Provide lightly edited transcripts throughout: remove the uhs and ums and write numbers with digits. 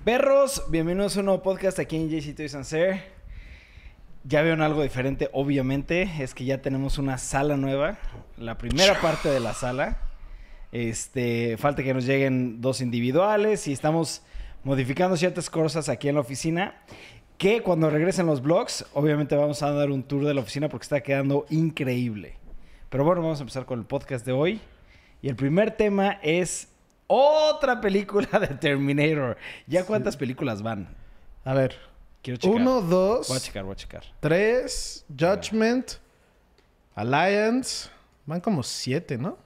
Perros, bienvenidos a un nuevo podcast aquí en JC Toys and Sir. Ya vieron algo diferente, obviamente. Es que ya tenemos una sala nueva. La primera parte de la sala. Falta que nos lleguen 2 individuales y estamos modificando ciertas cosas aquí en la oficina. Que cuando regresen los vlogs, obviamente vamos a dar un tour de la oficina porque está quedando increíble. Pero bueno, vamos a empezar con el podcast de hoy. Y el primer tema es otra película de Terminator. ¿Ya cuántas películas van? A ver. Quiero checar. 1, 2... Voy a checar. 3, Judgment, Alliance... Van como 7, ¿no?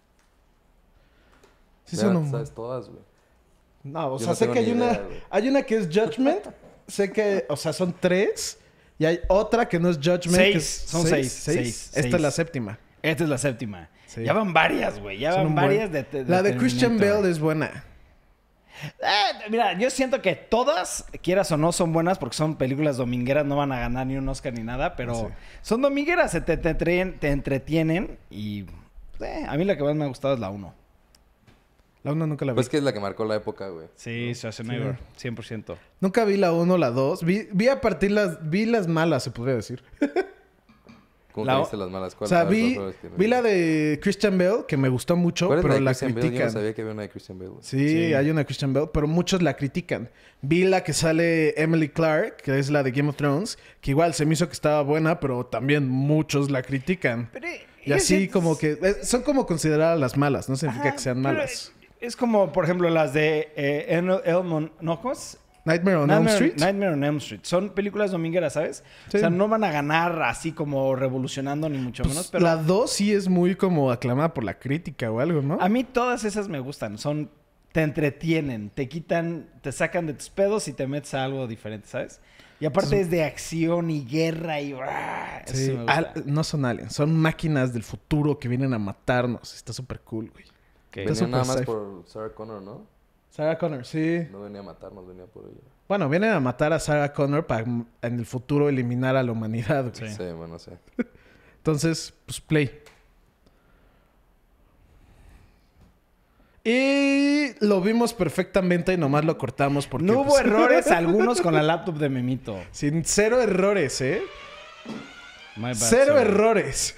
Sí, son un... sabes todas, güey. No, o Yo sea, no sé tengo que ni hay una... idea, güey. Hay una que es Judgment. Sé que... O sea, son 3. Y hay otra que no es Judgment. 6. Que es Son 6. Esta es la séptima. Esta es la séptima. Sí. Ya van varias, güey. Ya Son van un varias buen... de La de Christian Terminator. Bale es buena. Mira, yo siento que todas, quieras o no, son buenas porque son películas domingueras, no van a ganar ni un Oscar ni nada, pero Sí. son domingueras, te entretienen y a mí la que más me ha gustado es la 1. La 1 nunca la vi. Pues que es la que marcó la época, güey. Sí, Schwarzenegger, 100%. Nunca vi la 1, la 2. Vi a partir las... Vi las malas, se podría decir. ¿Cómo La- que viste las malas? O ¿Cuál? sea, A ver, vi, ¿cuál fue? vi la de Christian Bale, que me gustó mucho, ¿Cuál es pero la de la Christian Bale? Yo critican. no sabía que había una de Christian Bale, güey. Sí, hay una Christian Bale, pero muchos la critican. Vi la que sale Emily Clark, que es la de Game of Thrones, que igual se me hizo que estaba buena, pero también muchos la critican. Pero, Y así como que... son como consideradas las malas, no significa que sean malas. Es como, por ejemplo, las de ¿no? ¿Cómo es? Nightmare on Elm Street. Nightmare on Elm Street. Son películas domingueras, ¿sabes? Sí. O sea, no van a ganar así como revolucionando ni mucho Pues, menos, pero la 2 sí es muy como aclamada por la crítica o algo, ¿no? a mí todas esas me gustan. Te entretienen, te quitan, te sacan de tus pedos y te metes a algo diferente, ¿sabes? Y aparte es de acción y guerra y... Eso Sí. me gusta. No son aliens, son máquinas del futuro que vienen a matarnos. Está súper cool, güey. Ok. Venía súper nada más safe. por Sarah Connor, ¿no? Sarah Connor, sí. No venía a matarnos, venía por ella. Bueno, vienen a matar a Sarah Connor para en el futuro eliminar a la humanidad, güey. Sí. Sí, bueno, sé. Entonces, pues play. Y lo vimos perfectamente y nomás lo cortamos porque... No hubo pues, errores algunos con la laptop de Memito. Sin cero errores, ¿eh? My bad, Cero sorry. errores.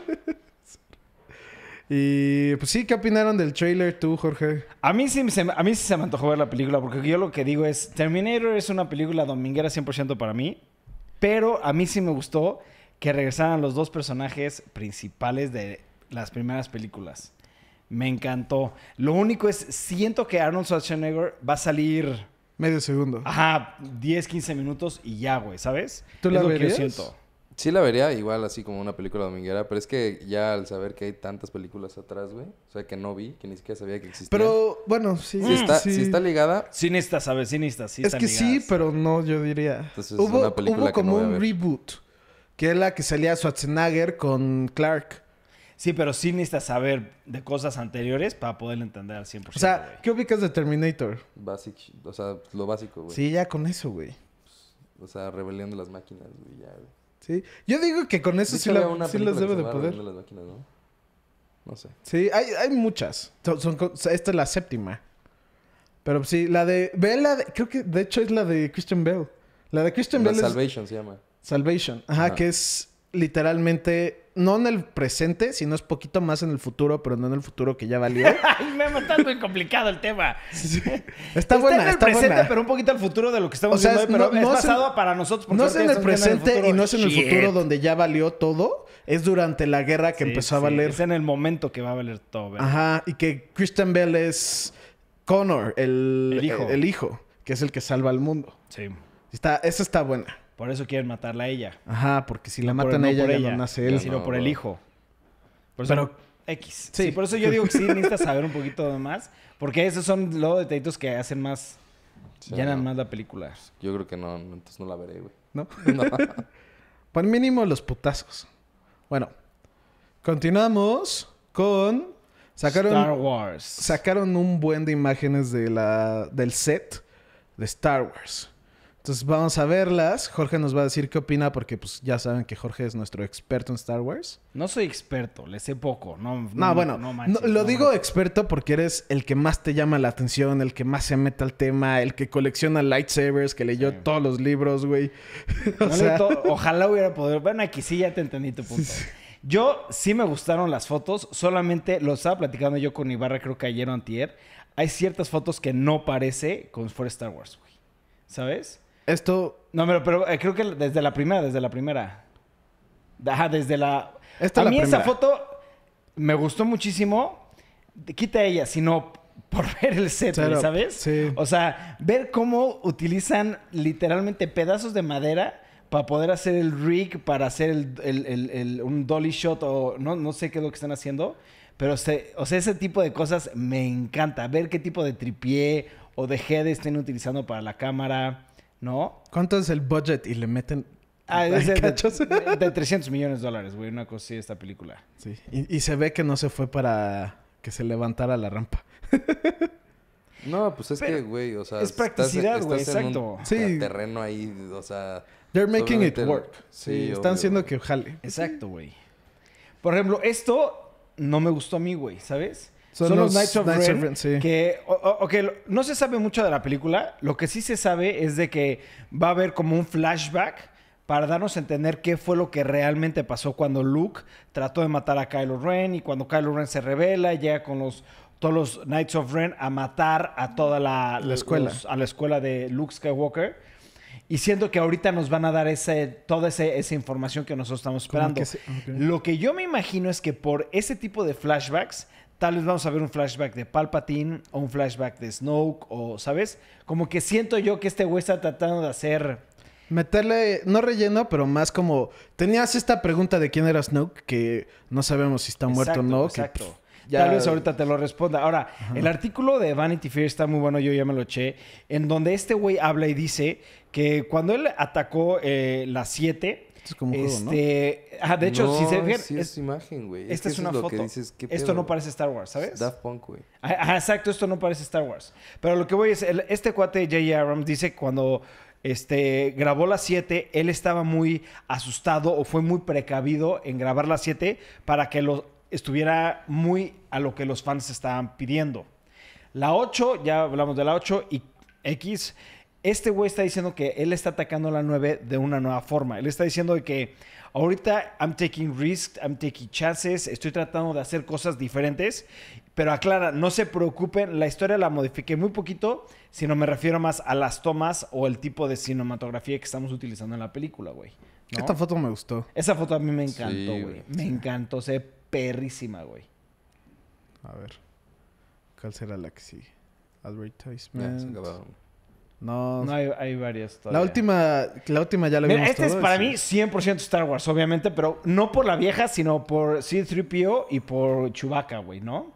Y pues sí, ¿qué opinaron del trailer tú, Jorge? A mí sí se me antojó ver la película porque yo lo que digo es Terminator es una película dominguera 100% para mí, pero a mí sí me gustó que regresaran los 2 personajes principales de las primeras películas. Me encantó. Lo único es, siento que Arnold Schwarzenegger va a salir, Medio segundo. 10, 15 minutos y ya, güey, ¿sabes? ¿Tú Es la lo que yo verías? siento. Sí la vería igual así como una película dominguera, pero es que ya al saber que hay tantas películas atrás, güey, o sea, que no vi, que ni siquiera sabía que existían. Pero, bueno, sí. Si está ligada, Sí necesitas, ¿sabes? Sí necesitas, sí Es están que sí, ligadas. pero no, yo diría. Entonces es una película hubo que como no voy a un ver. reboot, que es la que salía Schwarzenegger con Clark. Sí, pero sí necesitas saber de cosas anteriores para poder entender al 100%. O sea, güey. ¿qué ubicas de Terminator? o sea, lo básico, güey. Sí, ya con eso, güey. O sea, rebelión de las máquinas, güey, ya, güey. Sí. Yo digo que con eso De sí, hecho, había una sí película las que debe se de llamaba poder. Rebelión de las máquinas, ¿no? No sé. Sí, hay muchas. Esta es la séptima. Pero sí, la de... Ve la de... Creo que de hecho es la de Christian Bale. La de Christian La Bale es Salvation se llama. Salvation. Ajá, Ajá. que es literalmente... No en el presente, sino es poquito más en el futuro, pero no en el futuro que ya valió. Ay, me está muy complicado el tema. Está buena, en el está presente, buena. pero un poquito al futuro de lo que estamos O sea, viendo hoy, pero no es es en- pasado para nosotros. porque No es en ahorita el estamos viendo presente y no es en el Shit. futuro donde ya valió todo. Es durante la guerra que Sí, empezó a sí, valer. Es en el momento que va a valer todo. ¿verdad? Ajá, y que Christian Bale es Connor, el hijo, que es el que salva al mundo. Sí. Esa está buena. Por eso quieren matarla a ella. Ajá, porque si la No por- matan no a ella por ya ella, no nace él. sino No, por el no. hijo. Por eso, Pero- X. Sí. Sí, por eso yo digo que sí necesitas saber un poquito de más. Porque esos son los detallitos que hacen más... Sí, llenan no. más la película. Yo creo que no, entonces no la veré, güey. ¿No? No. Por mínimo los putazos. Bueno, continuamos con... Star Wars. Sacaron un buen de imágenes del set de Star Wars. Entonces vamos a verlas. Jorge nos va a decir qué opina porque pues ya saben que Jorge es nuestro experto en Star Wars. No soy experto, le sé poco. Bueno, manches, lo no digo manches. experto porque eres el que más te llama la atención, el que más se mete al tema, el que colecciona lightsabers, que leyó Sí. todos los libros, güey. No ojalá hubiera podido. Bueno, aquí sí ya te entendí tu punto. Yo sí me gustaron las fotos, solamente lo estaba platicando yo con Ibarra, creo que ayer o antier. Hay ciertas fotos que no parece como si fuera Star Wars, güey. ¿Sabes? Esto... No, pero creo que desde la primera. Ajá, desde la... Esta a es la mí esa primera. foto me gustó muchísimo. Quita ella, sino por ver el set, güey, Setup, ¿sabes? sí. O sea, ver cómo utilizan literalmente pedazos de madera para poder hacer el rig, para hacer un dolly shot o no sé qué es lo que están haciendo. Pero, o sea, ese tipo de cosas me encanta. Ver qué tipo de tripié o de head estén utilizando para la cámara, ¿no? ¿Cuánto es el budget? Y le meten... Es ¿cachos? de $300 millones, güey. Una cosa así, esta película. Sí. Y se ve que no se fue para que se levantara la rampa. No, pues es Pero que, güey, o sea... es practicidad, güey, estás en exacto. un Sí. terreno ahí, o sea... They're making it obviamente- work. Sí, Están obvio, haciendo güey. que jale. Exacto, güey. Por ejemplo, esto no me gustó a mí, güey, ¿sabes? Son los Knights of Knights of Ren, Ren, sí. que no se sabe mucho de la película. Lo que sí se sabe es de que va a haber como un flashback para darnos a entender qué fue lo que realmente pasó cuando Luke trató de matar a Kylo Ren y cuando Kylo Ren se revela y llega con todos los Knights of Ren a matar a toda la escuela. a la escuela de Luke Skywalker. Y siento que ahorita nos van a dar toda esa información que nosotros estamos Como esperando. que ok. Lo que yo me imagino es que por ese tipo de flashbacks, tal vez vamos a ver un flashback de Palpatine o un flashback de Snoke o, ¿sabes? Como que siento yo que este güey está tratando de hacer... Meterle, no relleno, pero más como... Tenías esta pregunta de quién era Snoke, que no sabemos si está muerto o no. que, Exacto. pff, ya- Tal vez ahorita te lo responda. Ahora, el artículo de Vanity Fair está muy bueno, yo ya me lo eché, en donde este güey habla y dice que cuando él atacó la 7... Esto es como un juego, ¿no? de hecho, No, si se fijan, sí es imagen, güey. esta es que una eso foto. Lo que dices, ¿qué Esto pedo? no parece Star Wars, ¿sabes? Daft Punk, güey. Ajá, exacto, esto no parece Star Wars. Pero lo que voy es, este cuate J.J. Abrams dice que cuando grabó la 7, él estaba muy asustado o fue muy precavido en grabar la 7 para que estuviera muy a lo que los fans estaban pidiendo. La 8, ya hablamos de la 8 y X, este güey está diciendo que él está atacando la 9 de una nueva forma. Él está diciendo de que ahorita I'm taking risks, I'm taking chances, estoy tratando de hacer cosas diferentes, pero aclara, no se preocupen, la historia la modifiqué muy poquito, sino me refiero más a las tomas o el tipo de cinematografía que estamos utilizando en la película, güey. ¿no? Esta foto me gustó. Esa foto a mí me encantó, Sí, güey. güey. Me encantó, se ve perrísima, güey. A ver. ¿Cuál será la que sigue? Ya, Advertisement. se acabaron. No. No, hay varias la todavía. última ya la Mira, vimos este es todo, para sí. mí 100% Star Wars, obviamente, pero no por la vieja, sino por C-3PO y por Chewbacca, güey, ¿no?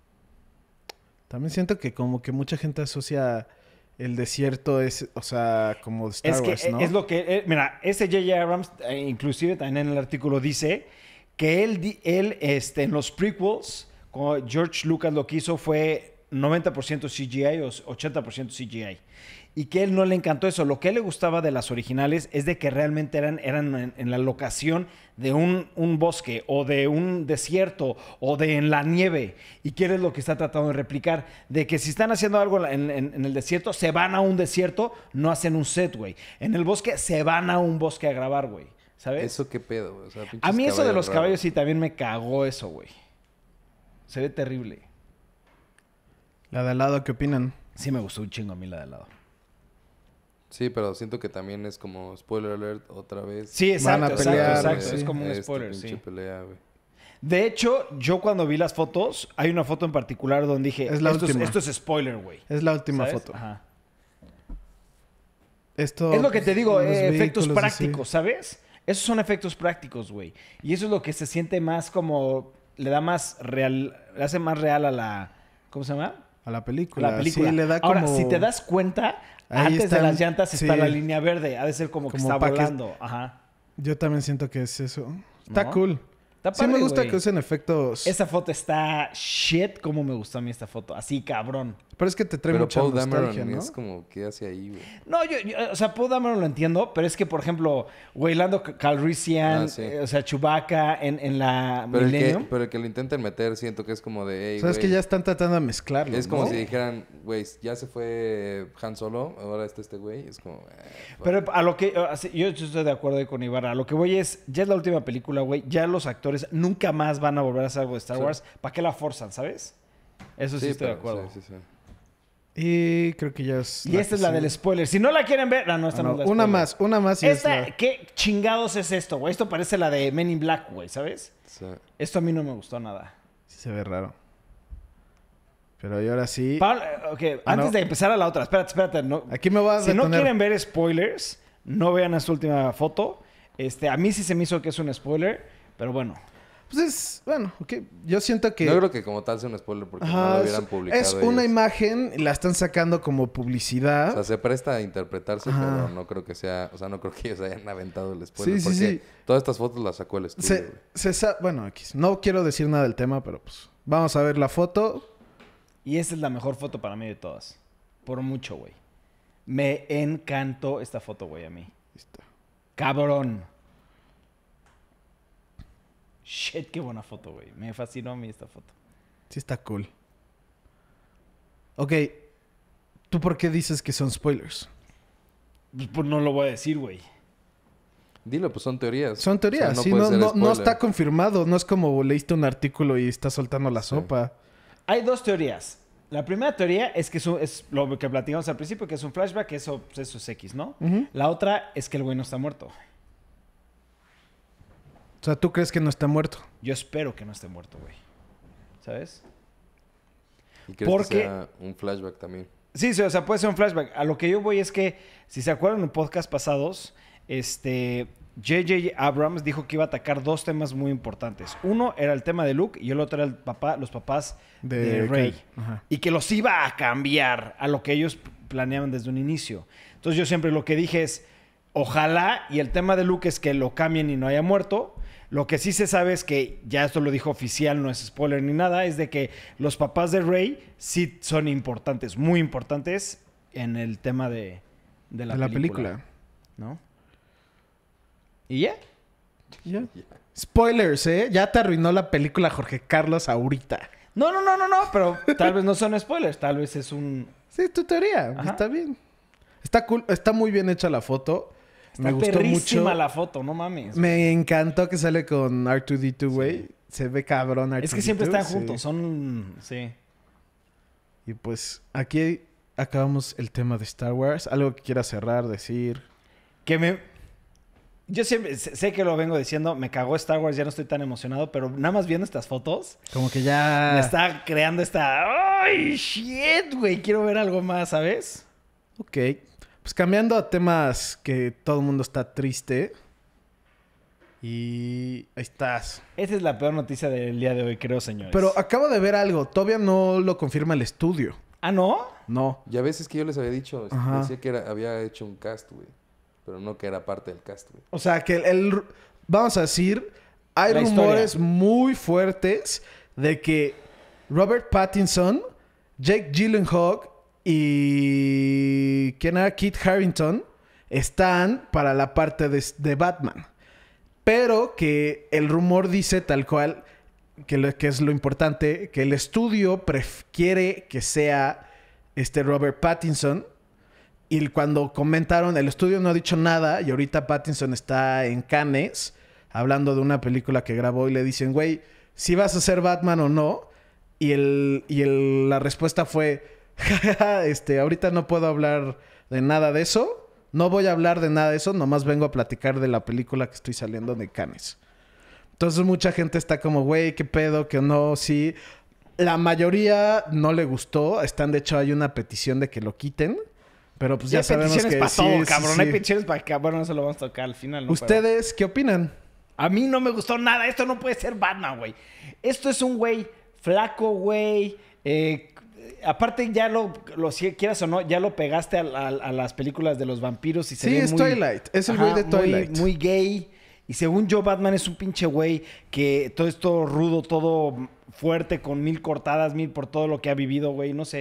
También siento que como que mucha gente asocia el desierto es, o sea, como Star Es que Wars, ¿no? es lo que... mira, ese J.J. Abrams, inclusive también en el artículo dice que él en los prequels, como George Lucas lo que hizo fue 90% CGI o 80% CGI. Y que a él no le encantó eso. Lo que a él le gustaba de las originales es de que realmente eran en la locación de un bosque o de un desierto o de en la nieve. Y que él es lo que está tratando de replicar. De que si están haciendo algo en el desierto, se van a un desierto, no hacen un set, güey. En el bosque, se van a un bosque a grabar, güey. ¿Sabes? ¿Eso qué pedo, güey? O sea, A mí eso de los caballos raros. sí también me cagó eso, güey. Se ve terrible. La de al lado, ¿qué opinan? Sí me gustó un chingo a mí la de al lado. Sí, pero siento que también es como spoiler alert otra vez. Sí, Van a exacto, pelear, exacto. sí. Es como un Esta spoiler, pinche sí. pelea, güey. De hecho, yo cuando vi las fotos, hay una foto en particular donde dije, Es la última. esto es spoiler, güey. Es la última ¿Sabes? foto. Ajá. Esto, Es lo que te digo, los efectos vehículos, prácticos, ¿sabes? Esos son efectos prácticos, güey. Y eso es lo que se siente más como... Le da más real... Le hace más real a la... ¿Cómo se llama? A la película. La película. Sí, le da Ahora, como... si te das cuenta, Ahí antes de están- las llantas está sí. la línea verde. Ha de ser como que Como está pa' que- volando. Ajá. Yo también siento que es eso. Está ¿No? cool. Está Sí me padre, gusta güey. que usen efectos. Esa foto está shit. Como me gustó a mí esta foto. Así, cabrón. Pero es que te trae Pero mucha Paul nostalgia, Dameron ¿no? es como, ¿qué hace ahí, güey? No, o sea, Paul Dameron lo entiendo, pero es que, por ejemplo, güey, Lando Calrissian, Sí. o sea, Chewbacca en la Pero Millennium. el que lo intenten meter, siento que es como de, hey, O sea, es güey. que ya están tratando de mezclarlo, Es como ¿no? si dijeran, güey, ya se fue Han Solo, ahora está este güey. Es como, Pero a lo que... yo estoy de acuerdo ahí con Ibarra. A lo que voy es... Ya es la última película, güey. Ya los actores nunca más van a volver a hacer algo de Star Sí. Wars. ¿Para qué la forzan, sabes? Eso sí, estoy de pero- acuerdo. Sí. Y creo que ya es... Y esta es la del spoiler. Si no la quieren ver... No, esta no, es la una spoiler. una más y Esta, es la... ¿qué chingados es esto, güey? Esto parece la de Men in Black, güey, ¿sabes? Sí. Esto a mí no me gustó nada. Sí se ve raro. Pero y ahora sí... Pablo, ok, antes no. de empezar a la otra, espérate. No, Aquí me voy a si no detener. quieren ver spoilers, no vean esta última foto. A mí sí se me hizo que es un spoiler, pero bueno. Pues es... Bueno, ok. Yo siento que... No creo que como tal sea un spoiler porque no Ajá, lo hubieran publicado es una ellos. imagen y la están sacando como publicidad. O sea, se presta a interpretarse, Ajá. pero no creo que sea... O sea, no creo que ellos hayan aventado el spoiler. Sí, sí, porque sí. todas estas fotos las sacó el estudio, güey. Bueno, aquí no quiero decir nada del tema, pero pues vamos a ver la foto. Y esta es la mejor foto para mí de todas. Por mucho, güey. Me encantó esta foto, güey, a mí. Ahí está. Cabrón. Shit, qué buena foto, güey. Me fascinó a mí esta foto. Sí está cool. Ok. ¿Tú por qué dices que son spoilers? Pues no lo voy a decir, güey. Dilo, pues son teorías. Son teorías, O sea, sí, puede no, ser no spoiler. está confirmado. No es como leíste un artículo y estás soltando la Sí. sopa. Hay dos teorías. La primera teoría es que es lo que platicamos al principio, que es un flashback, eso es X, ¿no? Ujú. La otra es que el güey no está muerto. O sea, ¿tú crees que no está muerto? Yo espero que no esté muerto, güey. ¿Sabes? ¿Y crees Porque- que sea un flashback también? Sí, o sea, puede ser un flashback. A lo que yo voy es que, si se acuerdan en podcast pasados, J.J. Abrams dijo que iba a atacar dos temas muy importantes. Uno era el tema de Luke y el otro era los papás de Rey. Ajá. Y que los iba a cambiar a lo que ellos planeaban desde un inicio. Entonces yo siempre lo que dije es, ojalá, y el tema de Luke es que lo cambien y no haya muerto. Lo que sí se sabe es que, ya esto lo dijo oficial, no es spoiler ni nada, es de que los papás de Rey sí son importantes, muy importantes en el tema de la película. ¿No? ¿Y ya? Ya. Spoilers, ¿eh? Ya te arruinó la película Jorge Carlos ahorita. No, pero tal vez no son spoilers, tal vez es un... Sí, tu teoría. Ajá. Está bien. Está cool. Está muy bien hecha la foto. Me Está gustó perrísima mucho. la foto, no mames. Me encantó que sale con R2D2, güey. Se ve cabrón R2D2. Es que siempre están sí. juntos, son... Sí. Y pues aquí acabamos el tema de Star Wars. Algo que quieras cerrar, decir. Yo siempre sé que lo vengo diciendo, me cagó Star Wars, ya no estoy tan emocionado, pero nada más viendo estas fotos, Como que ya... me está creando esta... ¡Ay, shit, güey! Quiero ver algo más, ¿sabes? Ok. Pues cambiando a temas que todo el mundo está triste. Y ahí estás. Esta es la peor noticia del día de hoy, creo, señores. Pero acabo de ver algo. Todavía no lo confirma el estudio. ¿Ah, no? No. Ya ves, es que yo les había dicho, Ajá. decía que había hecho un cast, güey. Pero no que era parte del cast, güey. O sea, que vamos a decir, hay La rumores historia. muy fuertes de que Robert Pattinson, Jake Gyllenhaal y ¿quién era? Kit Harington están para la parte de Batman. Pero que el rumor dice tal cual, que es lo importante, que el estudio quiere que sea Robert Pattinson. Y cuando comentaron, el estudio no ha dicho nada y ahorita Pattinson está en Cannes hablando de una película que grabó y le dicen, güey, si vas a ser Batman o no. Y la respuesta fue, jajaja, ahorita no puedo hablar de nada de eso. No voy a hablar de nada de eso, nomás vengo a platicar de la película que estoy saliendo de Cannes. Entonces mucha gente está como, güey, qué pedo, que no, sí. La mayoría no le gustó. De hecho, hay una petición de que lo quiten. Pero pues ya hay sabemos peticiones que para sí, todo, sí, cabrón. sí. Hay peticiones para que... Bueno, eso lo vamos a tocar al final, ¿no? ¿Ustedes qué opinan? Pero a mí no me gustó nada. Esto no puede ser Batman, güey. Esto es un güey flaco, güey. Aparte, ya si quieras o no, ya lo pegaste a las películas de los vampiros y se Sí, ve es muy... Twilight. Es el güey de Twilight. Muy gay. Y según yo, Batman es un pinche güey que todo esto rudo, todo fuerte, con 1000 cortadas, 1000 por todo lo que ha vivido, güey. No sé.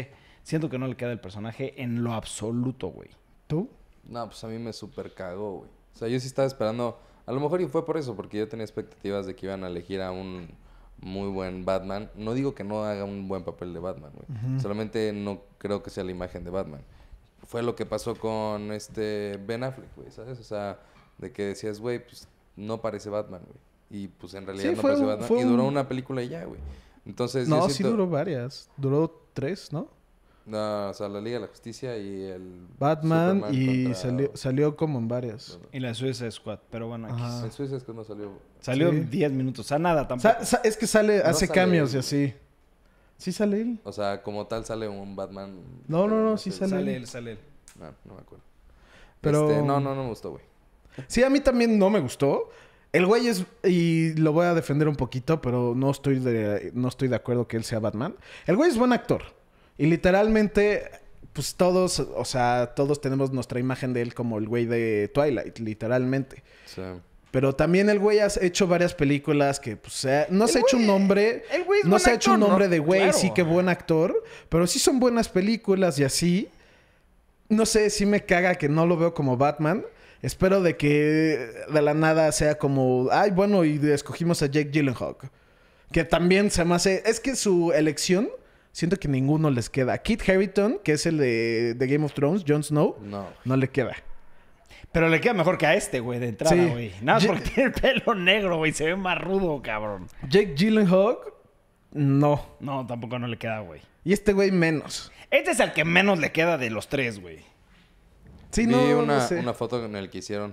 Siento que no le queda el personaje en lo absoluto, güey. ¿Tú? No, pues a mí me super cagó, güey. O sea, yo sí estaba esperando... A lo mejor y fue por eso, porque yo tenía expectativas de que iban a elegir a un muy buen Batman. No digo que no haga un buen papel de Batman, güey. Solamente no creo que sea la imagen de Batman. Fue lo que pasó con Ben Affleck, güey, ¿sabes? O sea, de que decías, güey, pues no parece Batman, güey. Y pues en realidad Sí, no fue parece un- Batman. fue Y duró un- una película y ya, güey. Entonces No, yo sí siento... duró varias. Duró 3, ¿no? No, o sea, la Liga de la Justicia y el... Batman Superman y contra- salió como en varias. Y la Suicide Squad. Pero bueno, aquí Ajá. En Suiza es que no salió... salió Sí. 10 minutos. O sea, nada tampoco. Es que sale, No hace sale cambios y él. así. ¿Sí sale él? O sea, como tal sale un Batman... No, pero no, sé- sí sale. Sale él. No me acuerdo. Pero- No me gustó, güey. Sí, a mí también no me gustó. El güey es... Y lo voy a defender un poquito, pero no estoy de acuerdo que él sea Batman. El güey es buen actor. Y literalmente, pues todos... O sea, todos tenemos nuestra imagen de él como el güey de Twilight, literalmente. Sí. Pero también el güey ha hecho varias películas que, pues, no se ha hecho un nombre... el güey es No buen se ha hecho un actor, nombre ¿no? de güey, Claro. sí que buen actor. Pero sí son buenas películas y así. No sé, sí me caga que no lo veo como Batman. Espero de que de la nada sea como... Ay, bueno, y escogimos a Jake Gyllenhaal. Que también se me hace... Es que su elección... Siento que ninguno les queda. Kit Harington, que es el de Game of Thrones, Jon Snow, No. no le queda. Pero le queda mejor que a este, güey, de entrada, Sí. güey. Nada más porque tiene el pelo negro, güey. Se ve más rudo, cabrón. Jake Gyllenhaal, no. No, tampoco no le queda, güey. Y este güey menos. Este es el que menos le queda de los tres, güey. Sí, Vi no, una, no sé. una foto en el que hicieron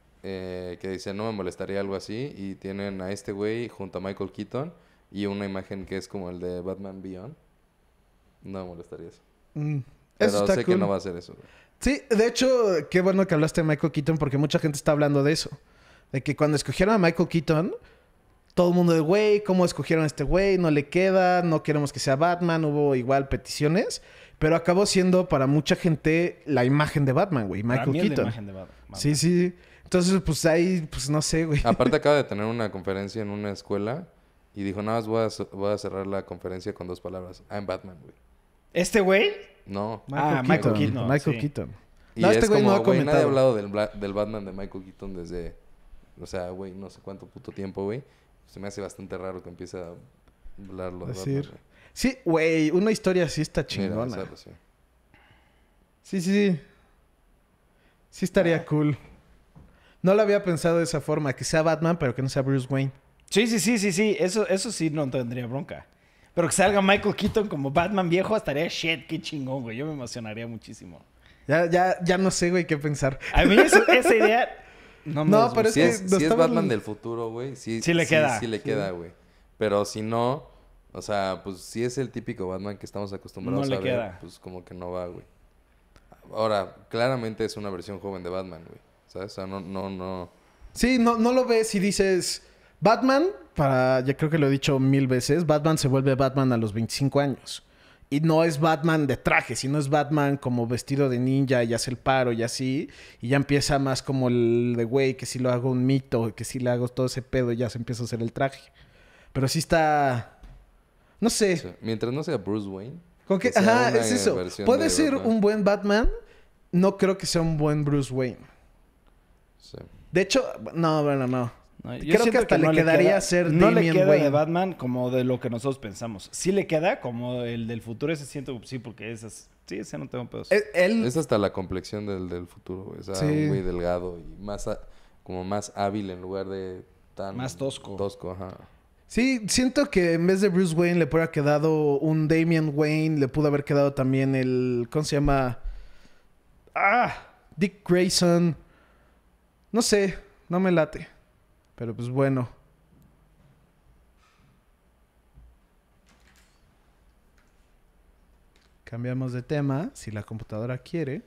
que dice no me molestaría algo así y tienen a este güey junto a Michael Keaton y una imagen que es como el de Batman Beyond. No me molestaría eso. Mm, Pero eso está sé cool. que no va a ser eso, güey. Sí, de hecho, qué bueno que hablaste de Michael Keaton porque mucha gente está hablando de eso. De que cuando escogieron a Michael Keaton, todo el mundo de, güey, ¿cómo escogieron a este güey? No le queda, no queremos que sea Batman. Hubo igual peticiones, pero acabó siendo para mucha gente la imagen de Batman, güey, Para Michael mí es la Keaton. imagen de Batman. Sí, sí. Entonces, pues ahí, pues no sé, güey. Aparte acaba de tener una conferencia en una escuela y dijo, nada más voy a cerrar la conferencia con 2 palabras. I'm Batman, güey. ¿Este güey? No. Michael Keaton, Michael sí. Keaton. Y No, es este güey como, no ha güey, nadie ha comentado. hablado del Batman de Michael Keaton desde, o sea, güey, no sé cuánto puto tiempo, güey. Se me hace bastante raro que empiece a hablarlo de Decir. Batman, Sí, güey, una historia así está güey. Mira, chingona. hacerlo, sí. Sí, sí, sí. Sí estaría cool. No lo había pensado de esa forma, que sea Batman, pero que no sea Bruce Wayne. Sí. Eso sí no tendría bronca. Pero que salga Michael Keaton como Batman viejo estaría shit. Qué chingón, güey. Yo me emocionaría muchísimo. Ya no sé, güey, qué pensar. A mí esa idea... No, me No, disgusta. pero es Si que es, nos si es estamos- Batman del futuro, güey, sí, Sí le queda. Sí le queda, güey. Pero si no, o sea, pues si es el típico Batman que estamos acostumbrados No le a ver, queda. pues como que no va, güey. Ahora, claramente es una versión joven de Batman, güey. ¿Sabes? O sea, no. Sí, no lo ves y dices... Batman, ya creo que lo he dicho 1000 veces, Batman se vuelve Batman a los 25 años. Y no es Batman de traje, sino es Batman como vestido de ninja y hace el paro y así. Y ya empieza más como el de güey, que si lo hago un mito, que si le hago todo ese pedo y ya se empieza a hacer el traje. Pero sí está... No sé. Sí. Mientras no sea Bruce Wayne. Con que, que sea ajá, una es eso. versión Puede de ser Batman. un buen Batman. No creo que sea un buen Bruce Wayne. Sí. De hecho, no, bueno, no. No, yo Creo que siento hasta le no quedaría queda- ser No le Damian queda de Wayne. Batman como de lo que nosotros pensamos. Sí le queda como el del futuro. Ese siento sí, porque esas... Sí, ese no tengo pedos. Él, Es hasta la complexión del futuro, güey. O sea, Sí. un güey delgado y como más hábil en lugar de tan... Más tosco. Tosco, ajá. sí, siento que en vez de Bruce Wayne le pudo haber quedado un Damian Wayne. Le pudo haber quedado también el... ¿Cómo se llama? Dick Grayson. No sé, no me late. Pero pues bueno. Cambiamos de tema, si la computadora quiere.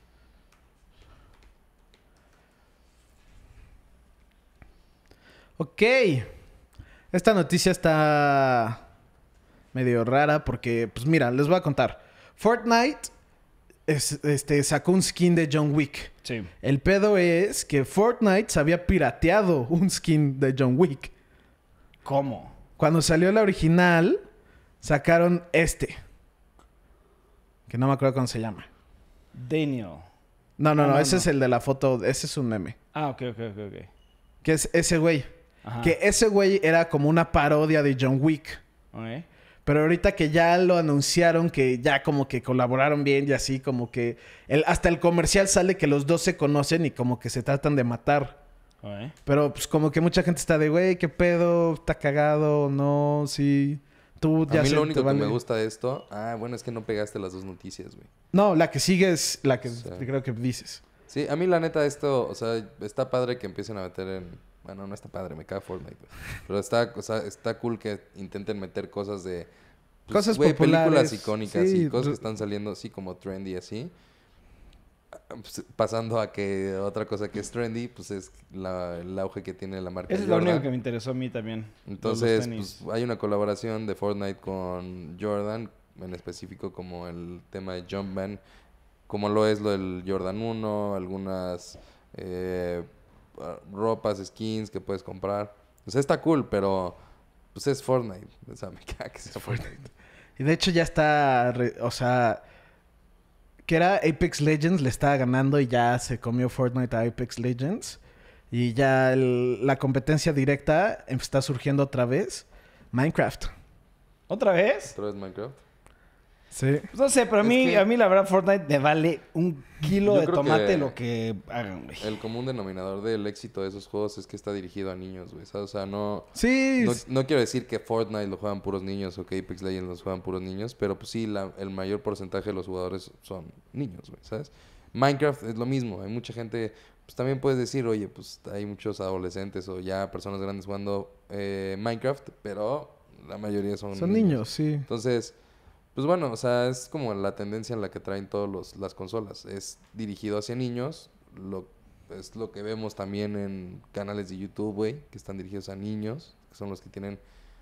Ok. Esta noticia está medio rara porque, pues mira, les voy a contar. Fortnite sacó un skin de John Wick. Sí. El pedo es que Fortnite se había pirateado un skin de John Wick. ¿Cómo? Cuando salió la original, sacaron este. Que no me acuerdo cómo se llama. Daniel. No, ese es el de la foto. Ese es un meme. Ah, ok. Que es ese güey. Ajá. Que ese güey era como una parodia de John Wick. Ok. Pero ahorita que ya lo anunciaron, que ya como que colaboraron bien y así, como que... hasta el comercial sale que los dos se conocen y como que se tratan de matar. Ok. Pero pues como que mucha gente está de, güey, ¿qué pedo? ¿Está cagado? No, sí. Tú ya A mí sé, lo único te que vale. me gusta de esto... bueno, es que no pegaste las 2 noticias, güey. No, la que sigue es la que Sí. creo que dices. Sí, a mí la neta esto... O sea, está padre que empiecen a meter en... Bueno, no está padre, me caga Fortnite, güey. Pero está cool que intenten meter cosas de... Cosas güey, populares. películas icónicas Sí, y cosas que están saliendo así como trendy así. Pues, pasando a que otra cosa que es trendy, pues es el auge que tiene la marca Eso es lo Jordan. único que me interesó a mí también. Entonces, los tenis. pues hay una colaboración de Fortnite con Jordan, en específico como el tema de Jumpman, como lo es lo del Jordan 1, algunas ropas, skins que puedes comprar. O sea, está cool, pero pues es Fortnite. O sea, me caga que sea Fortnite. Y de hecho ya está... o sea... Que era Apex Legends, le estaba ganando y ya se comió Fortnite a Apex Legends. Y ya la competencia directa está surgiendo otra vez. Minecraft. ¿Otra vez? ¿Otra vez Minecraft? Sí. Pues no sé, pero Es que- a mí la verdad Fortnite me vale un kilo Yo de creo tomate que lo que hagan, güey. El común denominador del éxito de esos juegos es que está dirigido a niños, güey. ¿Sabes? O sea, no... Sí. No quiero decir que Fortnite lo juegan puros niños o que Apex Legends los juegan puros niños, pero pues sí, el mayor porcentaje de los jugadores son niños, güey, ¿sabes? Minecraft es lo mismo. Hay mucha gente, pues también puedes decir, oye, pues hay muchos adolescentes o ya personas grandes jugando Minecraft, pero la mayoría son niños, sí. Entonces, pues bueno, o sea, es como la tendencia en la que traen todas las consolas. Es dirigido hacia niños, es lo que vemos también en canales de YouTube, güey, que están dirigidos a niños, que son los que tienen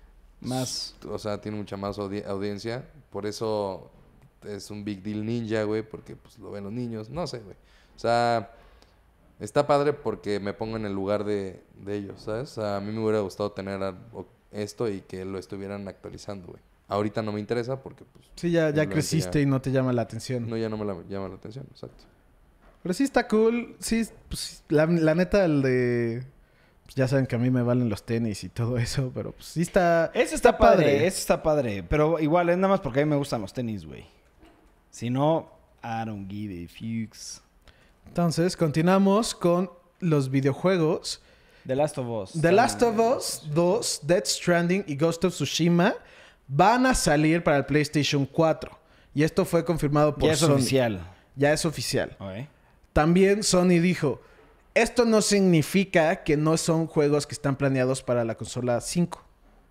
Más. o sea, tienen mucha más audiencia. Por eso es un big deal Ninja, güey, porque pues lo ven los niños. No sé, güey. O sea, está padre porque me pongo en el lugar de ellos, ¿sabes? O sea, a mí me hubiera gustado tener esto y que lo estuvieran actualizando, güey. Ahorita no me interesa porque, pues... Sí, ya simplemente creciste y no te llama la atención. No, ya no me llama la atención, exacto. Pero sí está cool. Sí, pues la neta, el de... Pues ya saben que a mí me valen los tenis y todo eso, pero pues sí está... Eso está padre, eso está padre. Pero igual es nada más porque a mí me gustan los tenis, güey. Si no, I don't give a fucks. Entonces, continuamos con los videojuegos. The Last of Us. The Last of Us 2, Death Stranding y Ghost of Tsushima van a salir para el PlayStation 4. Y esto fue confirmado por Ya es Sony. oficial. Ya es oficial. Ok. También Sony dijo, esto no significa que no son juegos que están planeados para la consola 5.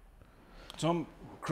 Son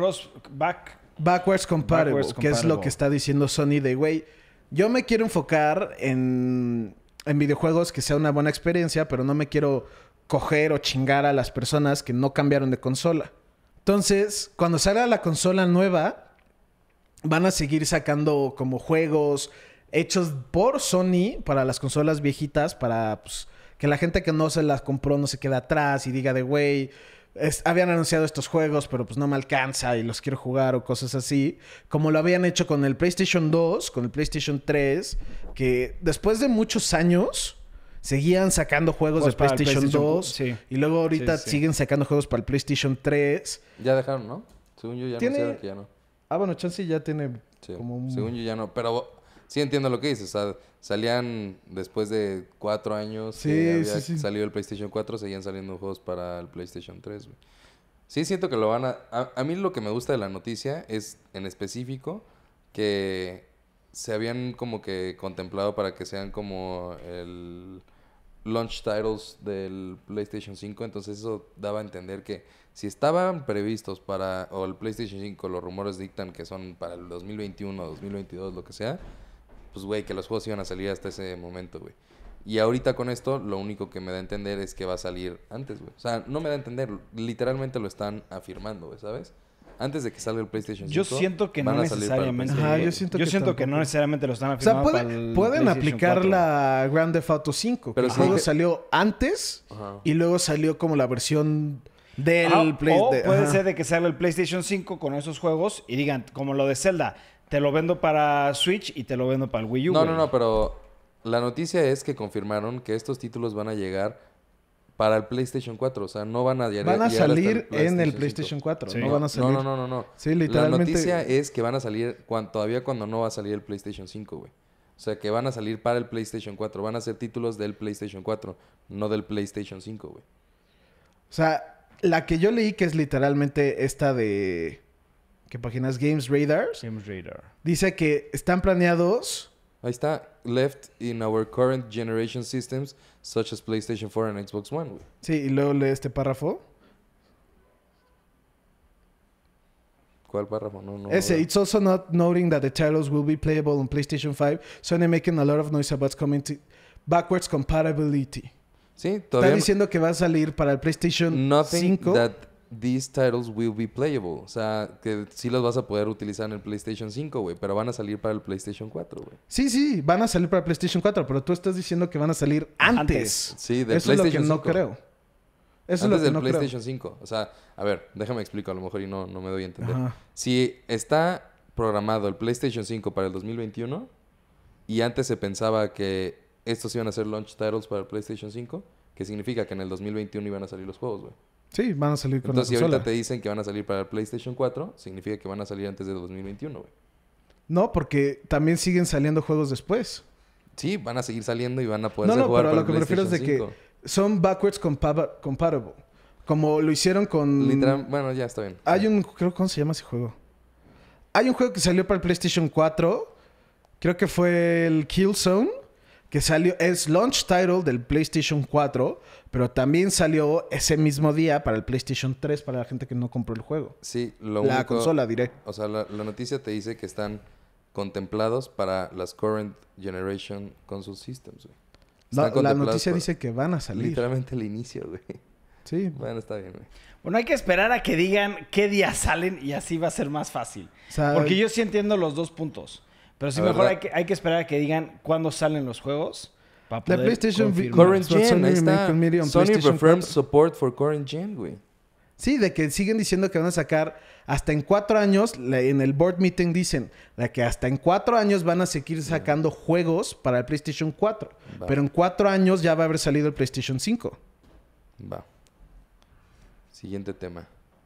Backwards compatible, Backwards que es lo compatible. que está diciendo Sony de, güey, yo me quiero enfocar en videojuegos que sea una buena experiencia, pero no me quiero coger o chingar a las personas que no cambiaron de consola. Entonces, cuando salga la consola nueva, van a seguir sacando como juegos hechos por Sony para las consolas viejitas, para pues, que la gente que no se las compró no se quede atrás y diga de, güey, habían anunciado estos juegos, pero pues no me alcanza y los quiero jugar o cosas así. Como lo habían hecho con el PlayStation 2, con el PlayStation 3, que después de muchos años seguían sacando juegos Pues de para el PlayStation 2 sí. y luego ahorita Sí. siguen sacando juegos para el PlayStation 3. Ya dejaron, ¿no? Según yo ya anunciaron que ya no. Ah, bueno, chance ya tiene Sí, como un... según yo ya no. Pero sí entiendo lo que dices. O sea, salían después de 4 años Sí, que había sí, sí. salido el PlayStation 4, seguían saliendo juegos para el PlayStation 3, güey. Sí siento que lo van a mí lo que me gusta de la noticia es, en específico, que se habían como que contemplado para que sean como el launch titles del PlayStation 5. Entonces eso daba a entender que si estaban previstos para, o el PlayStation 5, los rumores dictan que son para el 2021, 2022, lo que sea, pues güey, que los juegos iban a salir hasta ese momento, güey. Y ahorita con esto, lo único que me da a entender es que va a salir antes, güey. O sea, no me da a entender, literalmente lo están afirmando, güey, ¿sabes? Antes de que salga el PlayStation 5. Yo siento que van no a salir para el necesariamente. PlayStation Ajá, yo 5. siento Yo que siento que tampoco. no necesariamente lo están O sea, afirmando para el pueden PlayStation aplicar 4. la Grand Theft Auto 5. Pero Que el sí juego que- salió antes Ajá. y luego salió como la versión del Ajá, Play. o puede ajá. ser de que salga el PlayStation 5 con esos juegos y digan, como lo de Zelda, te lo vendo para Switch y te lo vendo para el Wii U. No, pero la noticia es que confirmaron que estos títulos van a llegar para el PlayStation 4. O sea, no van a llegar. Van a llegar hasta salir en el 5. PlayStation 4. Sí. No van a salir. No. Sí, La literalmente. noticia es que van a salir todavía cuando no va a salir el PlayStation 5, güey. O sea, que van a salir para el PlayStation 4. Van a ser títulos del PlayStation 4, no del PlayStation 5, güey. O sea, la que yo leí, que es literalmente esta de... ¿Qué página es? Games Radars. Games Radar. Dice que están planeados... Ahí está. Left in our current generation systems, such as PlayStation 4 and Xbox One, güey. Sí, y luego lee este párrafo. ¿Cuál párrafo? No. Ese, it's also not noting that the titles will be playable on PlayStation 5. Sony making a lot of noise about coming to backwards compatibility. Sí, Está todavía... diciendo que va a salir para el PlayStation Nothing 5. that these titles will be playable. O sea, que sí los vas a poder utilizar en el PlayStation 5, güey. Pero van a salir para el PlayStation 4, güey. Sí, van a salir para el PlayStation 4, pero tú estás diciendo que van a salir antes. Sí, del Eso es lo que PlayStation no 5. creo. Eso Antes es lo que del no PlayStation 5. O sea, a ver, déjame explico. A lo mejor y no me doy a entender. Ajá. Si está programado el PlayStation 5 para el 2021 y antes se pensaba que estos iban a ser launch titles para el PlayStation 5, que significa que en el 2021 iban a salir los juegos, güey. Sí, van a salir con Entonces, si la consola. ahorita te dicen que van a salir para el PlayStation 4, significa que van a salir antes de 2021, güey. No, porque también siguen saliendo juegos después. Sí, van a seguir saliendo y van a poder No, jugar pero a para lo que me refiero es de que son backwards compatible. Como lo hicieron con... Literal, bueno, ya está bien. Hay un... Creo, ¿cómo se llama ese juego? Hay un juego que salió para el PlayStation 4. Creo que fue el Killzone. Que salió... Es launch title del PlayStation 4. Pero también salió ese mismo día para el PlayStation 3 para la gente que no compró el juego. Sí, lo La único... consola, diré. O sea, la noticia te dice que están contemplados para las current generation console systems, güey. No, Están la contemplados noticia para- dice que van a salir. Literalmente el inicio, güey. Sí. Bueno, está bien, güey. Bueno, hay que esperar a que digan qué día salen y así va a ser más fácil. O sea, Porque yo sí entiendo los dos puntos. Pero sí La mejor verdad- hay que esperar a que digan cuándo salen los juegos para La poder PlayStation confirmar. Current But Sony gen, ahí remake está. committee on Sony PlayStation confirms 4. support for current gen, güey. Sí, de que siguen diciendo que van a sacar hasta en 4 años. En el board meeting dicen de que hasta en 4 años van a seguir sacando juegos para el PlayStation 4. Va. Pero en 4 años ya va a haber salido el PlayStation 5. Va. Siguiente tema.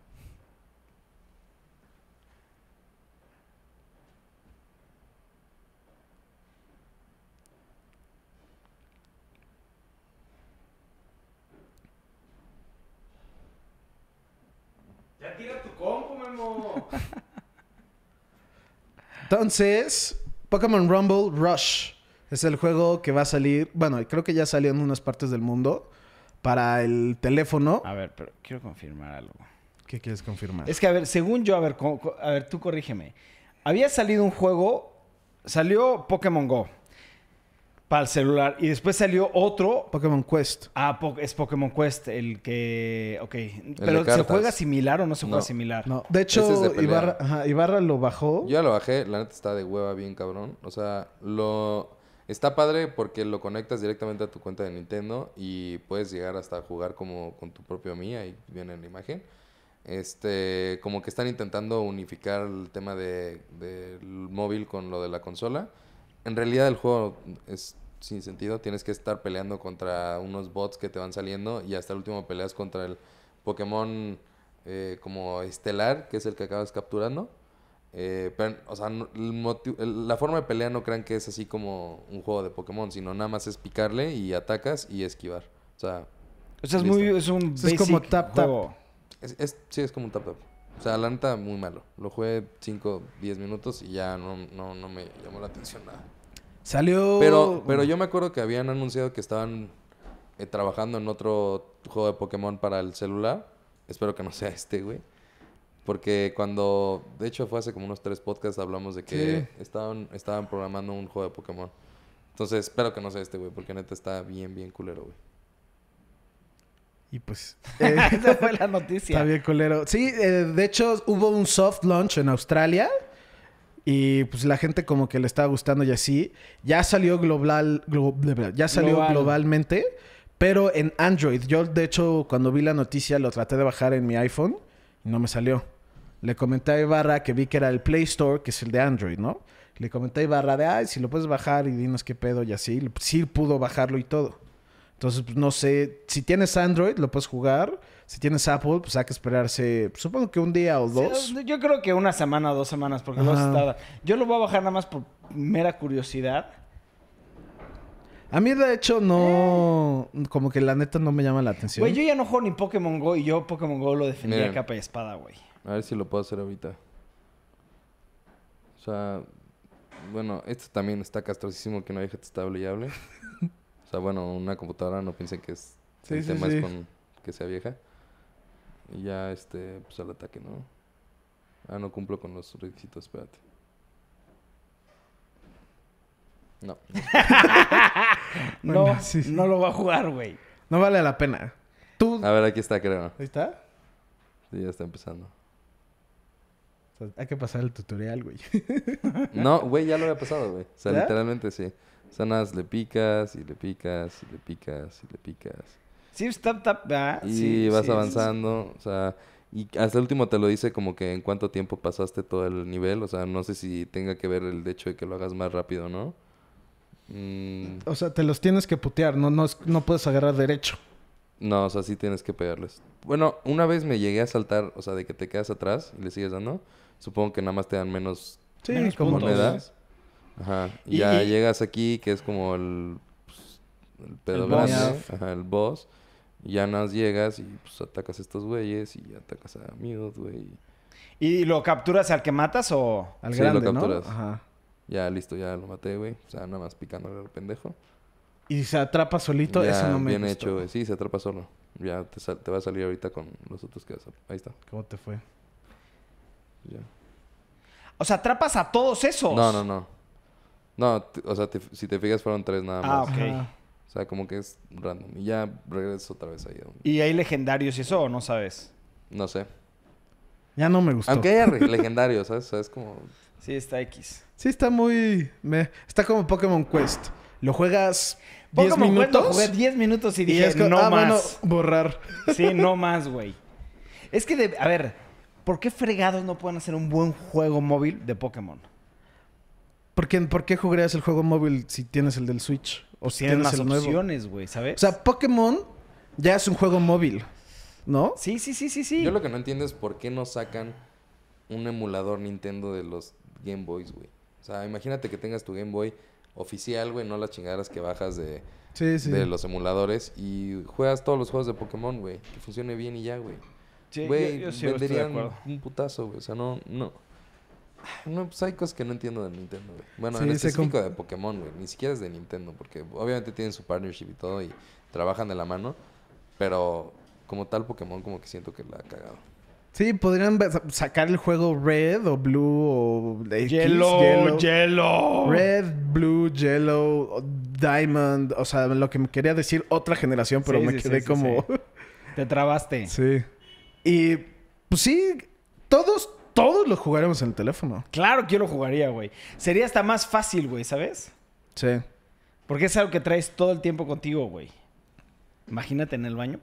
Ya tira tu compu, Memo. Entonces, Pokémon Rumble Rush es el juego que va a salir. Bueno, creo que ya salió en unas partes del mundo para el teléfono. A ver, pero quiero confirmar algo. ¿Qué quieres confirmar? Es que, a ver, según yo, a ver, tú corrígeme. Había salido un juego, salió Pokémon Go para el celular y después salió otro. Pokémon Quest. Es Pokémon Quest el que... Ok. Pero de ¿se cartas. juega similar o no se juega No. similar? No, de Ese es hecho, de pelea. Ibarra lo bajó. Yo ya lo bajé, la neta está de hueva bien cabrón. O sea, está padre porque lo conectas directamente a tu cuenta de Nintendo y puedes llegar hasta jugar como con tu propio Mii, ahí viene en la imagen. Como que están intentando unificar el tema del móvil con lo de la consola. En realidad el juego es sin sentido, tienes que estar peleando contra unos bots que te van saliendo y hasta el último peleas contra el Pokémon como estelar, que es el que acabas capturando. Pero, o sea, la forma de pelea no crean que es así como un juego de Pokémon, sino nada más es picarle y atacas y esquivar. O sea, O sea, listo. es un Es basic como tap, tap. juego. Sí, es como un tap-tap. O sea, la neta, muy malo. Lo jugué 5, 10 minutos y ya no me llamó la atención nada. Salió... Pero yo me acuerdo que habían anunciado que estaban trabajando en otro juego de Pokémon para el celular. Espero que no sea güey. Porque cuando... De hecho, fue hace como unos 3 podcasts hablamos de que estaban programando un juego de Pokémon. Entonces, espero que no sea güey. Porque neta está bien, bien culero, güey. Y pues... Esa fue la noticia. Está bien culero. Sí, de hecho hubo un soft launch en Australia y pues la gente como que le estaba gustando y así. Ya salió globalmente, pero en Android. Yo de hecho cuando vi la noticia lo traté de bajar en mi iPhone y no me salió. Le comenté a Ibarra que vi que era el Play Store, que es el de Android, ¿no? Le comenté a Ibarra de, ay, si lo puedes bajar y dinos qué pedo y así. Sí pudo bajarlo y todo. Entonces, pues no sé. Si tienes Android, lo puedes jugar. Si tienes Apple, pues hay que esperarse, supongo que un día o dos. Sí, yo creo que una semana o 2 semanas, porque luego se tarda. Yo lo voy a bajar nada más por mera curiosidad. A mí, de hecho, no... Como que la neta no me llama la atención. Güey, yo ya no juego ni Pokémon Go y yo Pokémon Go lo defendía Miren. capa y espada, güey. A ver si lo puedo hacer ahorita. O sea, bueno, esto también está castrosísimo que no hay gente estable y hable. O sea, bueno, una computadora no piensen que es... Sí, el sí, tema sí. es con que sea vieja. Y ya, pues al ataque, ¿no? Ah, no cumplo con los requisitos, espérate. No. No, Bueno, sí. no lo voy a jugar, güey. No vale la pena. Tú... A ver, aquí está, creo. Ahí está. Sí, ya está empezando. O sea, hay que pasar el tutorial, güey. No, güey, ya lo había pasado, güey. O sea, ¿Ya? literalmente sí. O sea, nada, más le picas y le picas y le picas y le picas. Sí, tap. Ah, Y sí, vas sí, avanzando, o sea, y hasta el último te lo dice como que en cuánto tiempo pasaste todo el nivel, o sea, no sé si tenga que ver el hecho de que lo hagas más rápido, ¿no? O sea, te los tienes que putear. No puedes agarrar derecho. No, o sea, sí tienes que pegarles. Bueno, una vez me llegué a saltar, o sea, de que te quedas atrás y le sigues dando, supongo que nada más te dan menos Sí, Menos como puntos. monedas. Ajá. Y Y- ya y- llegas aquí, que es como el pedo El grande. boss. Ajá, el boss. Y ya nada más llegas y pues atacas a estos güeyes y atacas a Mewtwo, güey. ¿Y lo capturas al que matas o...? al Sí, lo grande, ¿no? capturas. Ajá. Ya, listo, ya lo maté, güey. O sea, nada más picándole al pendejo. Y se atrapa solito, Ya, eso no me bien gustó. hecho, güey. Sí, se atrapa solo. Ya te va a salir ahorita con los otros que vas a... Ahí está. ¿Cómo te fue? Ya. O sea, atrapas a todos esos. No. No, o sea, si te fijas fueron 3 nada Ah, más. ok. Ajá. O sea, como que es random. Y ya regresas otra vez ahí. ¿Y hay legendarios y eso o no sabes? No sé. Ya no me gustó. Aunque haya legendarios, ¿sabes? O sea, es como... Sí, está X. Sí, está muy... Está como Pokémon Quest. Lo juegas 10 Pokémon Quest minutos lo jugué 10 minutos y y dije, es que, no más. bueno, borrar. Sí, no más, güey. Es que, a ver, ¿por qué fregados no pueden hacer un buen juego móvil de Pokémon? ¿Por qué jugarías el juego móvil si tienes el del Switch? O si Tienen tienes más el nuevo. opciones, güey, ¿sabes? O sea, Pokémon ya es un juego móvil, ¿no? Sí. Yo lo que no entiendo es por qué no sacan un emulador Nintendo de los Game Boys, güey. O sea, imagínate que tengas tu Game Boy oficial, güey, no las chingaderas que bajas de Sí. los emuladores y juegas todos los juegos de Pokémon, güey. Que funcione bien y ya, güey. Sí, Güey, yo sí estoy de venderían acuerdo. un putazo, güey. O sea, no. No, pues hay cosas que no entiendo de Nintendo, güey. Bueno, Sí, en se específico de Pokémon, güey. Ni siquiera es de Nintendo, porque obviamente tienen su partnership y todo y trabajan de la mano. Pero como tal Pokémon como que siento que la ha cagado. Sí, podrían sacar el juego Red o Blue o X, Yellow. Red, Blue, Yellow, Diamond. O sea, lo que me quería decir otra generación, pero Sí, me sí, quedé sí, como... Te trabaste. Sí. Y pues sí, todos los jugaremos en el teléfono. Claro que yo lo jugaría, güey. Sería hasta más fácil, güey, ¿sabes? Sí. Porque es algo que traes todo el tiempo contigo, güey. Imagínate en el baño.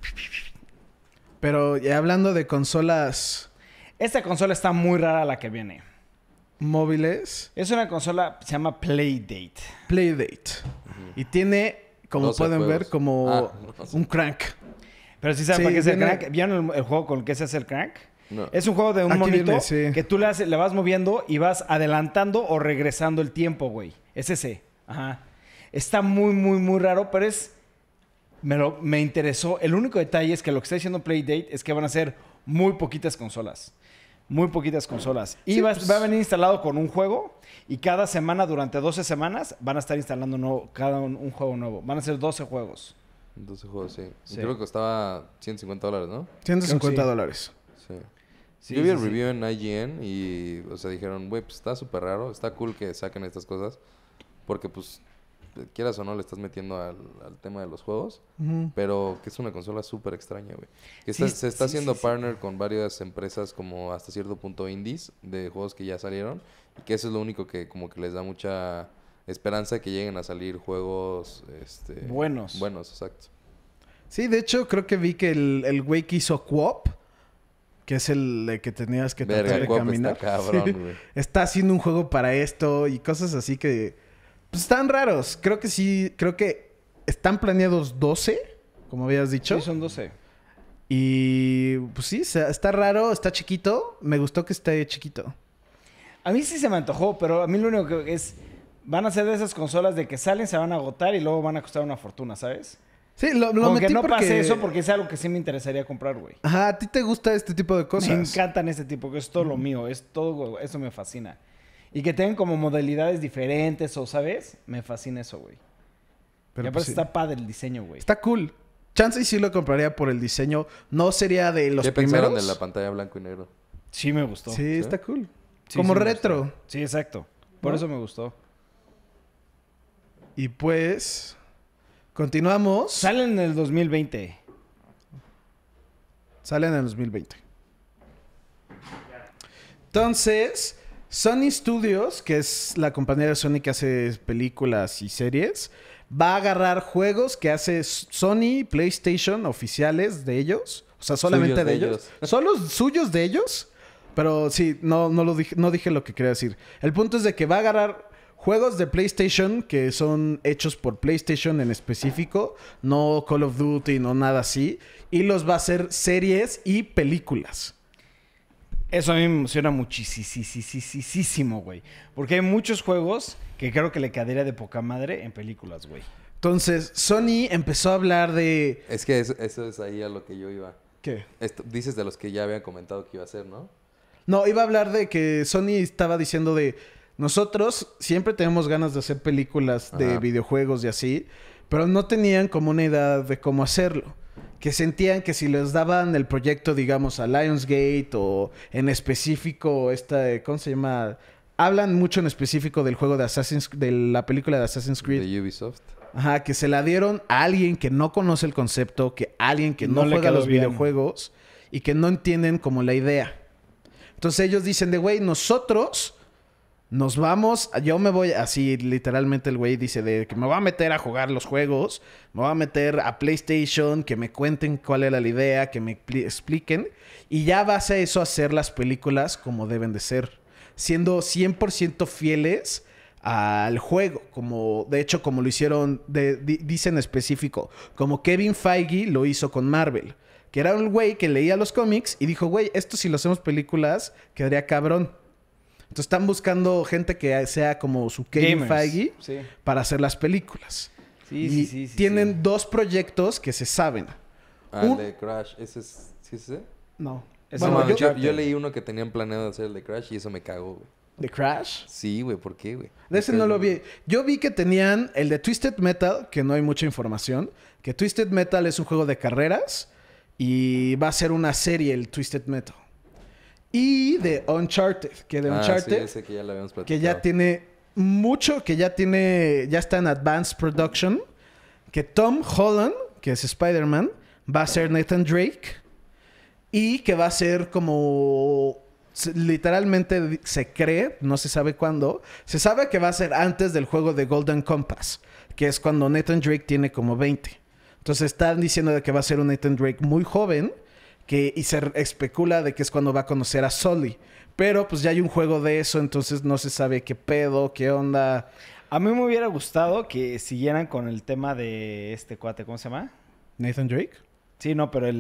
Pero ya hablando de consolas Esta consola está muy rara la que viene. móviles, Es una consola, se llama Playdate. Playdate. Y tiene, como 12 pueden ver, juegos. como no sé. un crank. Pero si saben Sí, para qué es el viene- crank. ¿Vieron el juego con el que se hace el crank? No. Es un juego de un Aquí monito viene, sí. que tú le vas moviendo y vas adelantando o regresando el tiempo, güey. Es ese. Ajá. Está muy raro, pero me interesó. El único detalle es que lo que está diciendo Playdate es que van a ser muy poquitas consolas. Muy poquitas consolas. Y Sí, va pues- a venir instalado con un juego y cada semana, durante 12 semanas, van a estar instalando un juego nuevo. Van a ser 12 juegos. 12 juegos, sí. Sí. Creo que costaba $150, ¿no? $150. Sí. Sí, Yo vi sí, el sí. review en IGN y, o sea, dijeron, güey, pues está súper raro, está cool que saquen estas cosas, porque, pues, quieras o no, le estás metiendo al tema de los juegos, Ujú. pero que es una consola súper extraña, güey. Que Sí, se está sí, haciendo sí. partner con varias empresas como hasta cierto punto indies de juegos que ya salieron, y que eso es lo único que como que les da mucha esperanza de que lleguen a salir juegos, Buenos. Buenos, exacto. Sí, de hecho, creo que vi que el güey que hizo Coop que es el de que tenías que tratar Verga, de Coop caminar. está cabrón, Sí. güey. Está haciendo un juego para esto y cosas así que pues están raros. Creo que están planeados 12, como habías dicho. Sí, son 12. Y pues sí, está raro, está chiquito. Me gustó que esté chiquito. A mí sí se me antojó, pero a mí lo único que es... Van a ser de esas consolas de que salen, se van a agotar y luego van a costar una fortuna, ¿sabes? Sí, lo Como metí que no porque... pase eso porque es algo que sí me interesaría comprar, güey. Ajá, a ti te gusta este tipo de cosas. Me encantan este tipo, que es todo lo mío, es todo, eso me fascina. Y que tengan como modalidades diferentes o, ¿sabes? Me fascina eso, güey. Pero Y aparte pues, sí. está padre el diseño, güey. Está cool. Chance y sí lo compraría por el diseño. No sería de los ¿Qué primeros. pensaron de la pantalla blanco y negro? Sí me gustó. Sí, está cool. Sí, Como sí me retro. gustó. Sí, exacto. Por ¿No? eso me gustó. Y pues... Continuamos. Sale en el 2020. Sale en el 2020. Entonces, Sony Studios, que es la compañía de Sony que hace películas y series, va a agarrar juegos que hace Sony, PlayStation, oficiales de ellos. O sea, solamente Suyos de de ellos. ellos. Son los suyos de ellos. Pero sí, no dije lo que quería decir. El punto es de que va a agarrar juegos de PlayStation que son hechos por PlayStation en específico. No Call of Duty, no nada así. Y los va a hacer series y películas. Eso a mí me emociona muchísimo, güey. Porque hay muchos juegos que creo que le quedaría de poca madre en películas, güey. Entonces, Sony empezó a hablar de... Es que eso es ahí a lo que yo iba. ¿Qué? Dices de los que ya habían comentado que iba a ser, ¿no? No, iba a hablar de que Sony estaba diciendo de... Nosotros siempre tenemos ganas de hacer películas de Ajá. videojuegos y así, pero no tenían como una idea de cómo hacerlo. Que sentían que si les daban el proyecto, digamos, a Lionsgate o en específico ¿cómo se llama? Hablan mucho en específico del juego de la película de Assassin's Creed. De Ubisoft. Ajá, que se la dieron a alguien que no conoce el concepto, que alguien que no No le juega quedó los bien. videojuegos y que no entienden como la idea. Entonces ellos dicen de, güey, nosotros nos vamos, yo me voy, así literalmente el güey dice de que me voy a meter a jugar los juegos, me voy a meter a PlayStation, que me cuenten cuál era la idea, que me expliquen, y ya base a eso hacer las películas como deben de ser, siendo 100% fieles al juego, como de hecho como lo hicieron, dice en específico, como Kevin Feige lo hizo con Marvel, que era un güey que leía los cómics y dijo, güey, esto si lo hacemos películas quedaría cabrón. Entonces están buscando gente que sea como su Kevin Gamers. Feige Sí. para hacer las películas. Sí, Y sí. tienen dos proyectos que se saben. Ah, el de Crash. ¿Ese es? ¿Sí es ese? No. Eso No, Bueno, mames, yo- yo leí uno que tenían planeado hacer el de Crash y eso me cagó, güey. ¿The Crash? Sí, güey, ¿por qué, güey? De ese no lo vi. Yo vi que tenían el de Twisted Metal, que no hay mucha información. Que Twisted Metal es un juego de carreras y va a ser una serie el Twisted Metal. Y de Uncharted, que de Sí, Uncharted, ese que ya lo habíamos que platicado. ya tiene mucho, ya está en Advanced Production. Que Tom Holland, que es Spider-Man, va a ser Nathan Drake. Y que va a ser como... Literalmente se cree, no se sabe cuándo. Se sabe que va a ser antes del juego de Golden Compass, que es cuando Nathan Drake tiene como 20. Entonces están diciendo de que va a ser un Nathan Drake muy joven, y se especula de que es cuando va a conocer a Sully. Pero pues ya hay un juego de eso, entonces no se sabe qué pedo, qué onda. A mí me hubiera gustado que siguieran con el tema de este cuate, ¿cómo se llama? ¿Nathan Drake? Sí, no, pero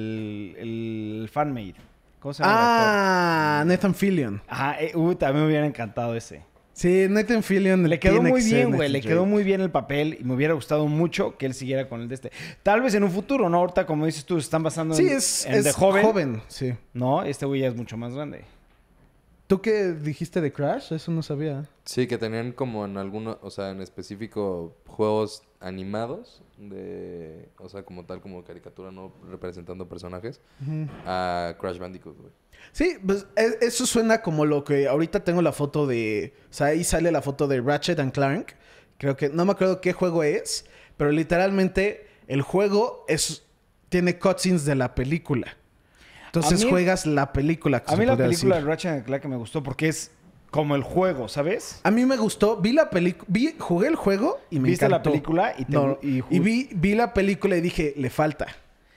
el fanmade. ¿Cómo se llama el Ah, Nathan Fillion. actor? Ajá, también me hubiera encantado ese. Sí, Nathan Fillion. Le quedó tiene muy que ser bien, güey. Nathan Le quedó Drake. muy bien el papel y me hubiera gustado mucho que él siguiera con el de este. Tal vez en un futuro, ¿no? Ahorita, como dices tú, se están basando Sí, en, es de joven. sí. No, este güey ya es mucho más grande. ¿Tú qué dijiste de Crash? Eso no sabía. Sí, que tenían como en alguno, o sea, en específico juegos animados de, o sea, como tal, como caricatura, no representando personajes, a Crash Bandicoot, güey. Sí, pues eso suena como lo que ahorita tengo la foto de... O sea, ahí sale la foto de Ratchet and Clank. Creo que... No me acuerdo qué juego es, pero literalmente el juego tiene cutscenes de la película. Entonces A mí- juegas la película. A mí la podría película de decir. Ratchet & Clank me gustó porque es como el juego, ¿sabes? A mí me gustó. Vi la película... Jugué el juego y me ¿Viste encantó. la película? No, y vi la película y dije, le falta.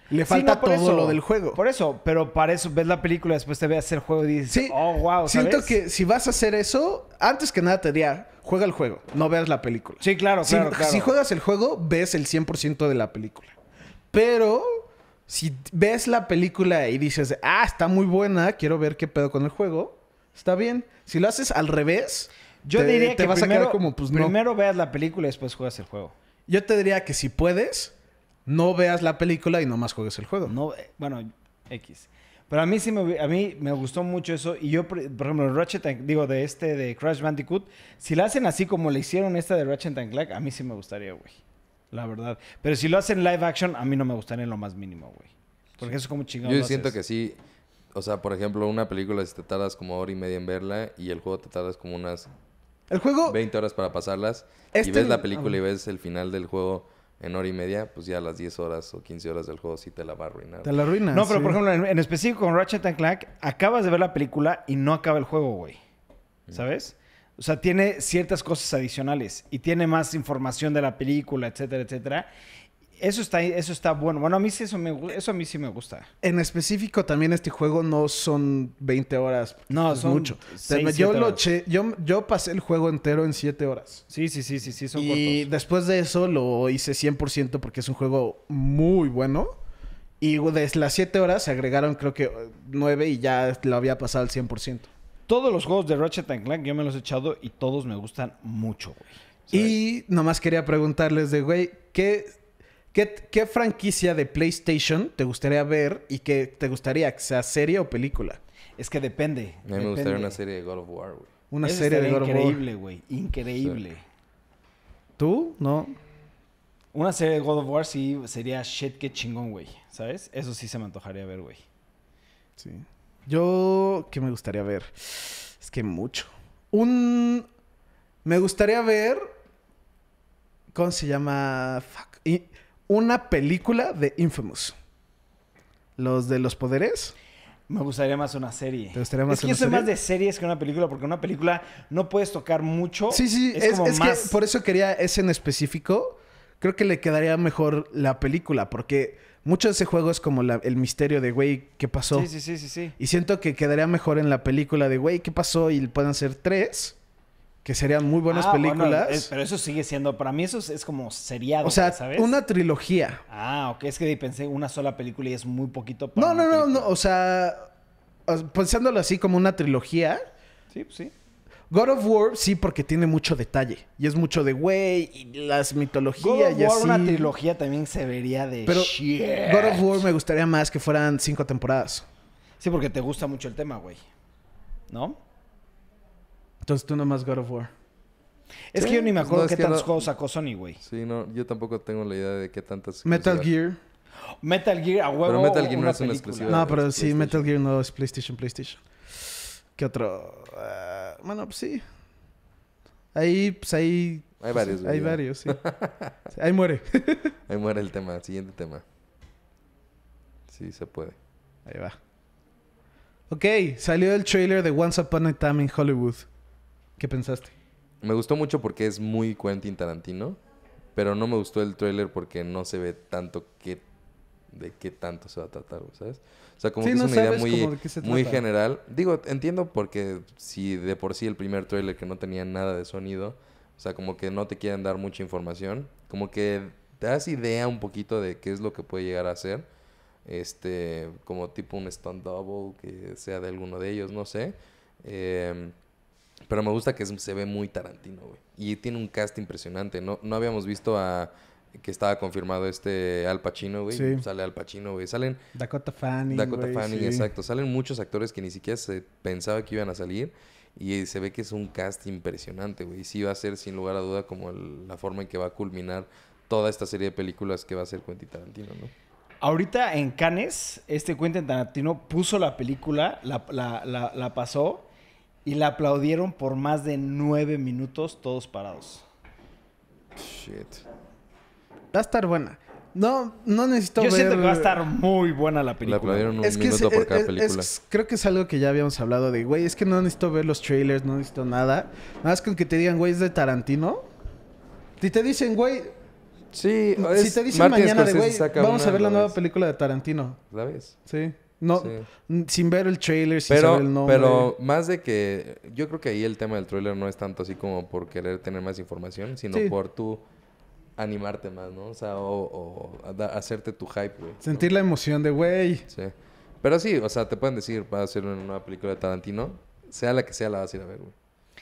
Le falta no, por todo eso, lo del juego. Por eso, pero para eso ves la película, después te ves el juego y dices, Sí, oh, wow, ¿sabes? siento que si vas a hacer eso, antes que nada te diría, juega el juego, no veas la película. Sí, claro, claro. Si juegas el juego, ves el 100% de la película. Pero si ves la película y dices, está muy buena, quiero ver qué pedo con el juego, está bien. Si lo haces al revés, Yo diría que vas primero, a quedar como, pues no. primero veas la película y después juegas el juego. Yo te diría que si puedes, no veas la película y nomás juegues el juego. No, bueno, X. Pero a mí a mí me gustó mucho eso. Y yo, por ejemplo, de Crash Bandicoot, si la hacen así como le hicieron esta de Ratchet and Clank, a mí sí me gustaría, güey. La verdad. Pero si lo hacen live action, a mí no me gustaría en lo más mínimo, güey. Porque eso es como chingado. Yo siento que sí. O sea, por ejemplo, una película si te tardas como hora y media en verla y el juego te tardas como unas El juego... 20 horas para pasarlas y ves la película y ves el final del juego en hora y media, pues ya a las 10 horas o 15 horas del juego sí te la va a arruinar. Te la arruinas. No, pero sí. por ejemplo, en específico con Ratchet and Clank, acabas de ver la película y no acaba el juego, güey. ¿Sabes? O sea, tiene ciertas cosas adicionales y tiene más información de la película, etcétera, etcétera. Eso está bueno. Bueno, a mí sí eso a mí sí me gusta. En específico, también este juego no son 20 horas. No, es son mucho. 6, yo 7 lo horas. yo pasé el juego entero en 7 horas. Sí, son Y cortos. después de eso lo hice 100% porque es un juego muy bueno. Y desde las 7 horas se agregaron creo que 9 y ya lo había pasado al 100%. Todos los juegos de Ratchet and Clank yo me los he echado y todos me gustan mucho, güey. ¿Sabes? Y nomás quería preguntarles de, güey, ¿qué franquicia de PlayStation te gustaría ver y que te gustaría que sea serie o película? Es que depende. A mí me gustaría una serie de God of War, güey. Una Eso serie de estaría God of War. increíble, güey. Increíble. Sí. ¿Tú? No. Una serie de God of War sí sería shit que chingón, güey. ¿Sabes? Eso sí se me antojaría ver, güey. Sí. Yo, ¿qué me gustaría ver? Es que mucho. Me gustaría ver... ¿Cómo se llama? Una película de Infamous. Los de los poderes. Me gustaría más una serie. ¿Te gustaría más es que una yo soy serie? más de series que una película, porque una película no puedes tocar mucho. Sí, sí. Es como más... que por eso quería ese en específico. Creo que le quedaría mejor la película. Porque mucho de ese juego es como el misterio de, güey, ¿qué pasó? Sí. Y siento que quedaría mejor en la película de, güey, ¿qué pasó? Y pueden ser 3. Que serían muy buenas películas. Bueno, pero eso sigue siendo... Para mí eso es como seriado, O sea, ¿sabes? una trilogía. Ah, ok. Es que pensé una sola película y es muy poquito para No. O sea, pensándolo así como una trilogía. Sí, pues sí. God of War, sí, porque tiene mucho detalle. Y es mucho de, güey, y las mitologías God of y War, así. una trilogía también se vería de Pero shit. God of War me gustaría más que fueran 5 temporadas. Sí, porque te gusta mucho el tema, güey. ¿No? Entonces tú nomás God of War. Es Sí, que yo ni me pues acuerdo no, es qué que tantos no- juegos sacó Sony, güey. Sí, no, yo tampoco tengo la idea de qué tantas... Metal exclusivas. Gear. Metal Gear, a huevo. Pero Metal Gear no una es una película. exclusiva. No, es pero sí, PlayStation. Metal Gear no es PlayStation. ¿Qué otro? Bueno, pues sí. Ahí, pues ahí... Hay varios, güey, Hay ya. varios, sí. Ahí muere. Ahí muere el tema. Siguiente tema. Sí, se puede. Ahí va. Ok, salió el trailer de Once Upon a Time in Hollywood. ¿Qué pensaste? Me gustó mucho porque es muy Quentin Tarantino. Pero no me gustó el tráiler porque no se ve tanto de qué tanto se va a tratar, güey, ¿sabes? O sea, como Sí, que no es una idea sabes como de qué se muy trata. general. Digo, entiendo porque si de por sí el primer tráiler que no tenía nada de sonido, o sea, como que no te quieren dar mucha información, como que te das idea un poquito de qué es lo que puede llegar a ser, como tipo un stunt double, que sea de alguno de ellos, no sé. Pero me gusta que se ve muy Tarantino, güey. Y tiene un cast impresionante. No habíamos visto que estaba confirmado Al Pacino, güey. Sí. Sale Al Pacino, güey. Salen Dakota Fanning. Dakota güey, Fanning, sí. exacto. Salen muchos actores que ni siquiera se pensaba que iban a salir. Y se ve que es un cast impresionante, güey. Y sí va a ser, sin lugar a duda, como la forma en que va a culminar toda esta serie de películas que va a ser Quentin Tarantino, ¿no? Ahorita en Cannes, Quentin Tarantino puso la película, la pasó y la aplaudieron por más de 9 minutos todos parados. Shit. Va a estar buena. No necesito Yo ver... siento que va a estar muy buena la Le película. aplaudieron un Es que minuto por cada película. creo que es algo que ya habíamos hablado de, güey, es que no necesito ver los trailers, no necesito nada. Nada más con que te digan, güey, es de Tarantino. Si te dicen, güey, Sí, Si te dicen Martin mañana de, Scorsese güey, saca vamos a una, ver la ¿la nueva ves? película de Tarantino. ¿La ves? Sí. No, Sí. sin ver el trailer, sin saber el nombre. Pero más de que... Yo creo que ahí el tema del tráiler no es tanto así como por querer tener más información, sino Sí. por tú animarte más, ¿no? O sea, hacerte tu hype, güey. ¿no? Sentir la emoción de, güey. Sí. Pero sí, o sea, te pueden decir, va a ser una nueva película de Tarantino, sea la que sea, la vas a ir a ver, güey.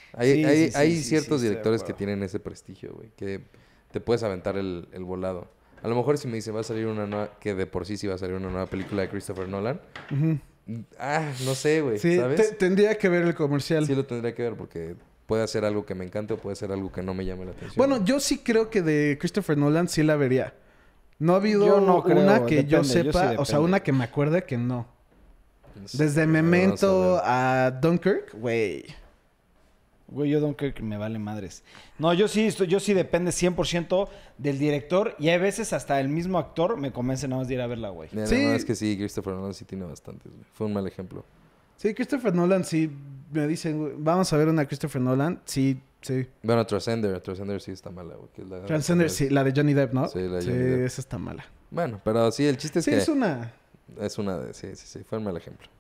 Hay ciertos estoy de directores que acuerdo. tienen ese prestigio, güey, que te puedes aventar el volado. A lo mejor si me dice, va a salir una nueva, que de por sí va a salir una nueva película de Christopher Nolan. Ujú. No sé, güey, Sí, ¿sabes? tendría que ver el comercial. Sí lo tendría que ver porque puede ser algo que me encante o puede ser algo que no me llame la atención. Bueno, güey. yo sí creo que de Christopher Nolan sí la vería. No ha habido Yo no creo, una que yo depende, yo sí sepa, o sea, depende. una que me acuerde que no. No sé, Desde güey, Memento vamos a a Dunkirk, güey. Güey, yo Dunkirk me vale madres. No, yo sí depende 100% del director. Y hay veces hasta el mismo actor me convence nada más de ir a verla, güey. ver. Sí. No, es que sí, Christopher Nolan sí tiene bastantes, güey. Fue un mal ejemplo. Sí, Christopher Nolan sí me dicen, güey, vamos a ver una Christopher Nolan. Sí, sí. Bueno, Transcender sí está mala, güey. que es la- Transcender, sí, la de Johnny Depp, ¿no? Sí, la de Johnny Depp. esa está mala. Bueno, pero sí, el chiste es Sí, que es una... sí, fue un mal ejemplo.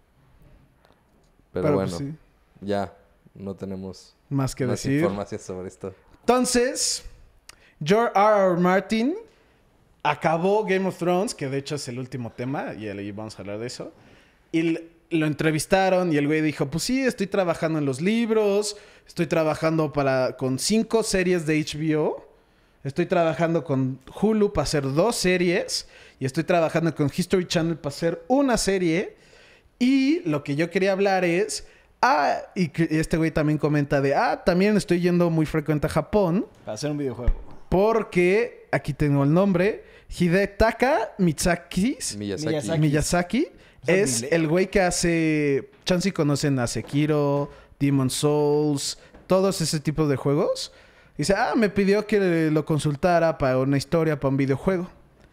Pero, Pero, bueno, pues, sí, ya no tenemos más que más decir. información sobre esto. Entonces, George R.R. Martin acabó Game of Thrones, que de hecho es el último tema, y ahí vamos a hablar de eso. Y lo entrevistaron y el güey dijo, pues sí, estoy trabajando en los libros, estoy trabajando con 5 series de HBO, estoy trabajando con Hulu para hacer 2 series, y estoy trabajando con History Channel para hacer una serie. Y lo que yo quería hablar es... y este güey también comenta de... también estoy yendo muy frecuente a Japón. Para hacer un videojuego. Porque... Aquí tengo el nombre. Hidetaka Miyazaki. Miyazaki sea, es dile. el güey que hace... Chance conocen a Sekiro, Demon's Souls... Todos ese tipo de juegos. Dice... me pidió que lo consultara para una historia, para un videojuego.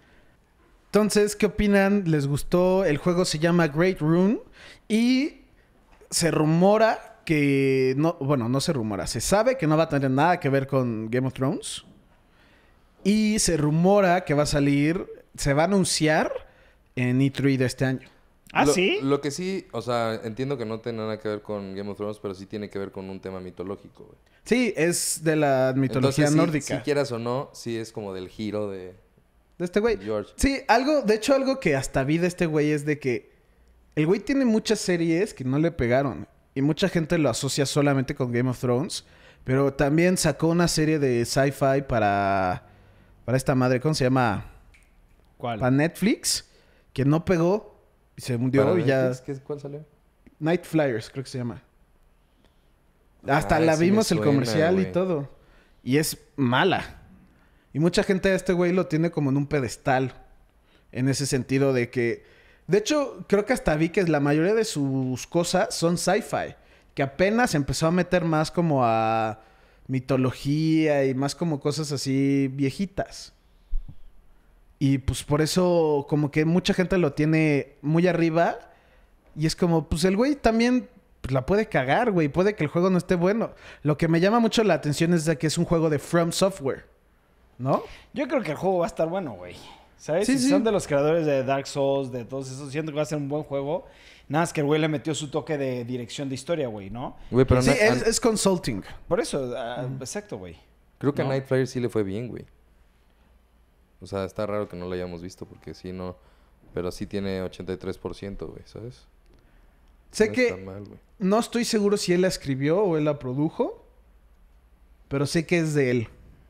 Entonces, ¿qué opinan? ¿Les gustó? El juego se llama Great Rune y se rumora que... no se rumora. Se sabe que no va a tener nada que ver con Game of Thrones. Y se rumora que va a salir... Se va a anunciar en E3 de este año. ¿Sí? Lo que sí, o sea, entiendo que no tiene nada que ver con Game of Thrones, pero sí tiene que ver con un tema mitológico, güey. Sí, es de la mitología Entonces, nórdica. Si quieras o no, sí es como del giro de De este güey. George. Sí, de hecho, algo que hasta vi de este güey es de que el güey tiene muchas series que no le pegaron. Y mucha gente lo asocia solamente con Game of Thrones. Pero también sacó una serie de sci-fi para esta madre, ¿cómo se llama? ¿Cuál? Para Netflix, que no pegó y se hundió ¿Para y ya... Netflix? ¿Cuál salió? Night Flyers, creo que se llama. Hasta la sí me vimos el suena, comercial y güey. todo. Y es mala. Y mucha gente a este güey lo tiene como en un pedestal. En ese sentido de que... De hecho, creo que hasta vi que la mayoría de sus cosas son sci-fi. Que apenas empezó a meter más como a mitología y más como cosas así viejitas. Y pues por eso como que mucha gente lo tiene muy arriba. Y es como, pues el güey también pues, la puede cagar, güey. Puede que el juego no esté bueno. Lo que me llama mucho la atención es de que es un juego de From Software. ¿No? Yo creo que el juego va a estar bueno, güey. ¿Sabes? Sí, Si sí. son de los creadores de Dark Souls, de todos esos, siento que va a ser un buen juego. Nada más que el güey le metió su toque de dirección de historia, güey, ¿no? Güey, pero Sí, na- es consulting. Por eso, exacto, güey. creo que ¿no? a Night Flyer sí le fue bien, güey. O sea, está raro que no lo hayamos visto porque sí, no... Pero sí tiene 83%, güey, ¿sabes? Sé No que está mal, güey. no estoy seguro si él la escribió o él la produjo. Pero sé que es de él.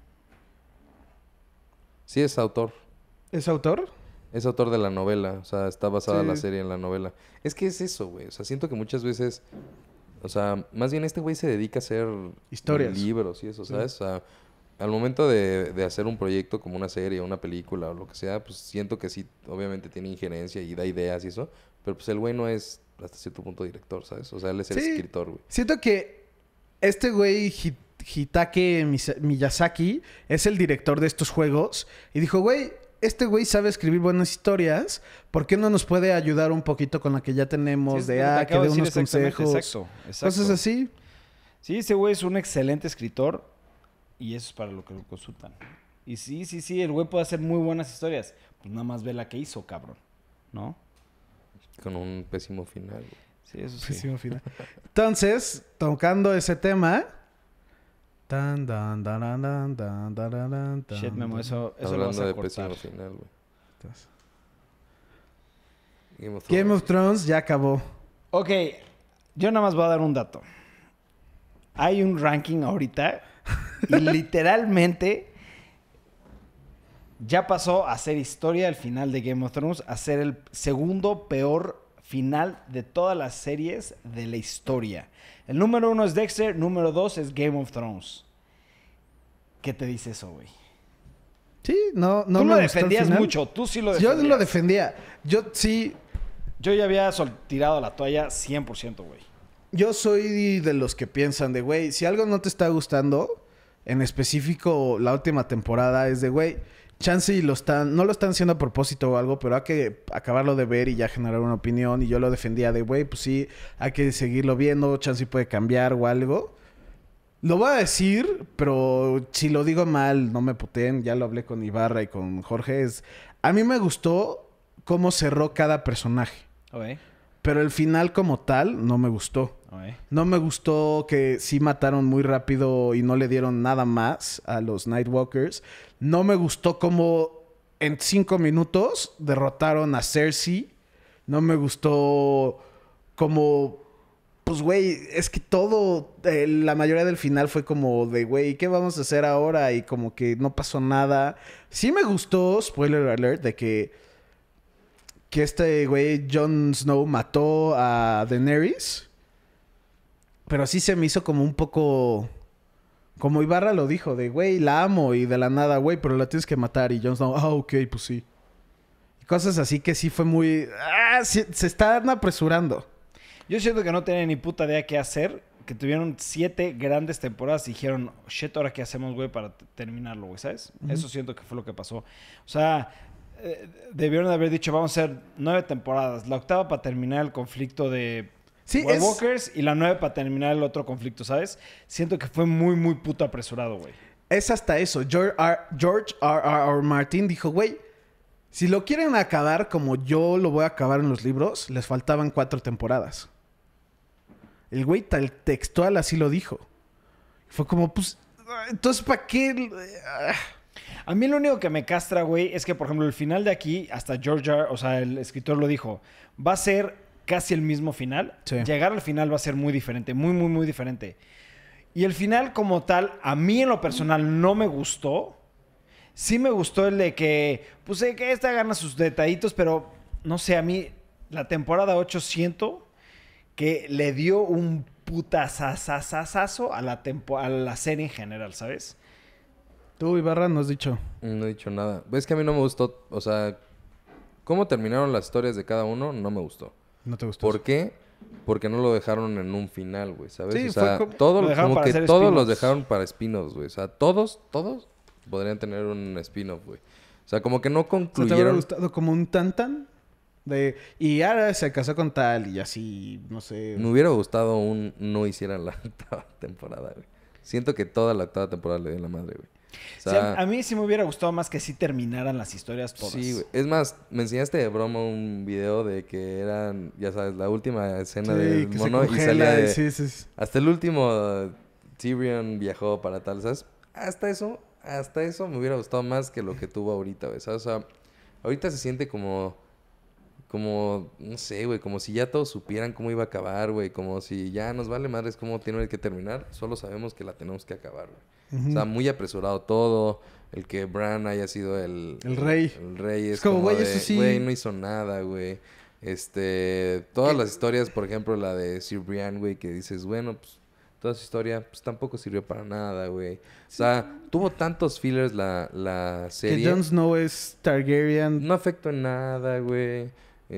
Sí, es autor. ¿Es autor? Es autor de la novela. O sea, está basada Sí. la serie en la novela. Es que es eso, güey. O sea, siento que muchas veces... O sea, más bien este güey se dedica a hacer... Historias. Libros y eso, Sí. ¿sabes? O sea, al momento de hacer un proyecto como una serie o una película o lo que sea, pues siento que sí, obviamente tiene injerencia y da ideas y eso. Pero pues el güey no es hasta cierto punto director, ¿sabes? O sea, él es el Sí. escritor, güey. Siento que este güey, Hitake Miyazaki, es el director de estos juegos. Y dijo, güey, este güey sabe escribir buenas historias. ¿Por qué no nos puede ayudar un poquito con la que ya tenemos? Sí, es lo de, te que acabo dé de decir unos exactamente, consejos. exacto. Cosas así. Sí, ese güey es un excelente escritor y eso es para lo que lo consultan. Y sí, el güey puede hacer muy buenas historias. Pues nada más ve la que hizo, cabrón. ¿No? Con un pésimo final, güey. Sí, eso sí. Pésimo final. Entonces, tocando ese tema... Tan, dan, dan, dan, dan, dan, dan, dan, tan, Shit, Memo, dan. eso lo vas Hablando a de cortar. pésimo final, güey. Entonces, Game of Game of Thrones. Thrones ya acabó. Ok, yo nada más voy a dar un dato. Hay un ranking ahorita y literalmente ya pasó a ser historia el final de Game of Thrones, a ser el segundo peor final de todas las series de la historia. El número 1 es Dexter, número 2 es Game of Thrones. ¿Qué te dice eso, güey? Sí, no Tú me lo gustó el defendías final. mucho, tú sí lo Yo defendías. lo defendía. Yo sí... Yo ya había tirado la toalla 100%, güey. Yo soy de los que piensan de, güey, si algo no te está gustando, en específico la última temporada, es de, güey, chance y no lo están haciendo a propósito o algo, pero hay que acabarlo de ver y ya generar una opinión. Y yo lo defendía de, güey, pues sí, hay que seguirlo viendo, chance y puede cambiar o algo. Lo voy a decir, pero si lo digo mal, no me puteen. Ya lo hablé con Ibarra y con Jorge. A mí me gustó cómo cerró cada personaje. Ok, Pero el final como tal no me gustó. ok. No me gustó que sí mataron muy rápido y no le dieron nada más a los Nightwalkers. No me gustó cómo en 5 minutos derrotaron a Cersei. No me gustó cómo... Pues, güey, es que todo... la mayoría del final fue como de, güey, ¿qué vamos a hacer ahora? Y como que no pasó nada. Sí me gustó, spoiler alert, de que este güey, Jon Snow, mató a Daenerys. Pero sí se me hizo como un poco... Como Ibarra lo dijo, de, güey, la amo y de la nada, güey, pero la tienes que matar. Y Jon Snow, ok, pues sí. Y cosas así que sí fue muy... se están apresurando. Yo siento que no tenían ni puta idea qué hacer. Que tuvieron 7 grandes temporadas y dijeron, shit, ¿ahora qué hacemos, güey, para terminarlo, güey? ¿Sabes? Eso siento que fue lo que pasó. O sea, debieron haber dicho, vamos a hacer 9 temporadas. La 8ª para terminar el conflicto de Sí, White Walkers y la 9 para terminar el otro conflicto, ¿sabes? Siento que fue muy, muy puto apresurado, güey. Es hasta eso. George R. Martin dijo, güey, si lo quieren acabar como yo lo voy a acabar en los libros, les faltaban 4 temporadas. El güey tal textual así lo dijo. Fue como, pues, entonces, ¿para qué? A mí lo único que me castra, güey, es que, por ejemplo, el final de aquí, hasta George R., o sea, el escritor lo dijo, va a ser casi el mismo final. Sí. Llegar al final va a ser muy diferente, muy, muy, muy diferente. Y el final como tal, a mí en lo personal no me gustó. Sí me gustó el de que, pues, que esta gana sus detallitos, pero, no sé, a mí la temporada 8 siento que le dio un putazazazazazo a la serie en general, ¿sabes? Tú, Ibarra, no has dicho. No he dicho nada. Es que a mí no me gustó, o sea, cómo terminaron las historias de cada uno, no me gustó. No te gustó. ¿Por qué? Porque no lo dejaron en un final, güey, ¿sabes? Sí, o sea, fue como- todo, lo dejaron como para que hacer todos los spin-offs. dejaron para spin-offs, güey. O sea, todos podrían tener un spin-off, güey. O sea, como que no O sea, ¿te hubiera concluyeron. gustado como un tan? Y ahora se casó con tal y así, no sé. Me hubiera gustado no hicieran la 8ª temporada, güey. Siento que toda la 8ª temporada le dio la madre, güey. O Sí, sea, a mí sí me hubiera gustado más que sí terminaran las historias todas. sí, güey. Es más, me enseñaste de broma un video de que eran, ya sabes, la última escena Sí, del que se mono y congela salía de... sí, sí, sí. Hasta el último Tyrion viajó para tal, ¿sabes? Hasta eso me hubiera gustado más que lo que tuvo ahorita, güey, ¿sabes? O sea, ahorita se siente como, no sé, güey, como si ya todos supieran cómo iba a acabar, güey, como si ya nos vale madres cómo tiene que terminar, solo sabemos que la tenemos que acabar, güey. O sea, muy apresurado todo, el que Bran haya sido el rey. El rey es como, como güey, de, eso sí. güey, no hizo nada, güey. Todas las historias, por ejemplo, la de Sir Brian, güey, que dices, bueno, pues toda su historia, pues tampoco sirvió para nada, güey. O sea, tuvo tantos fillers la Que serie. Jon Snow es Targaryen. No afectó en nada, güey.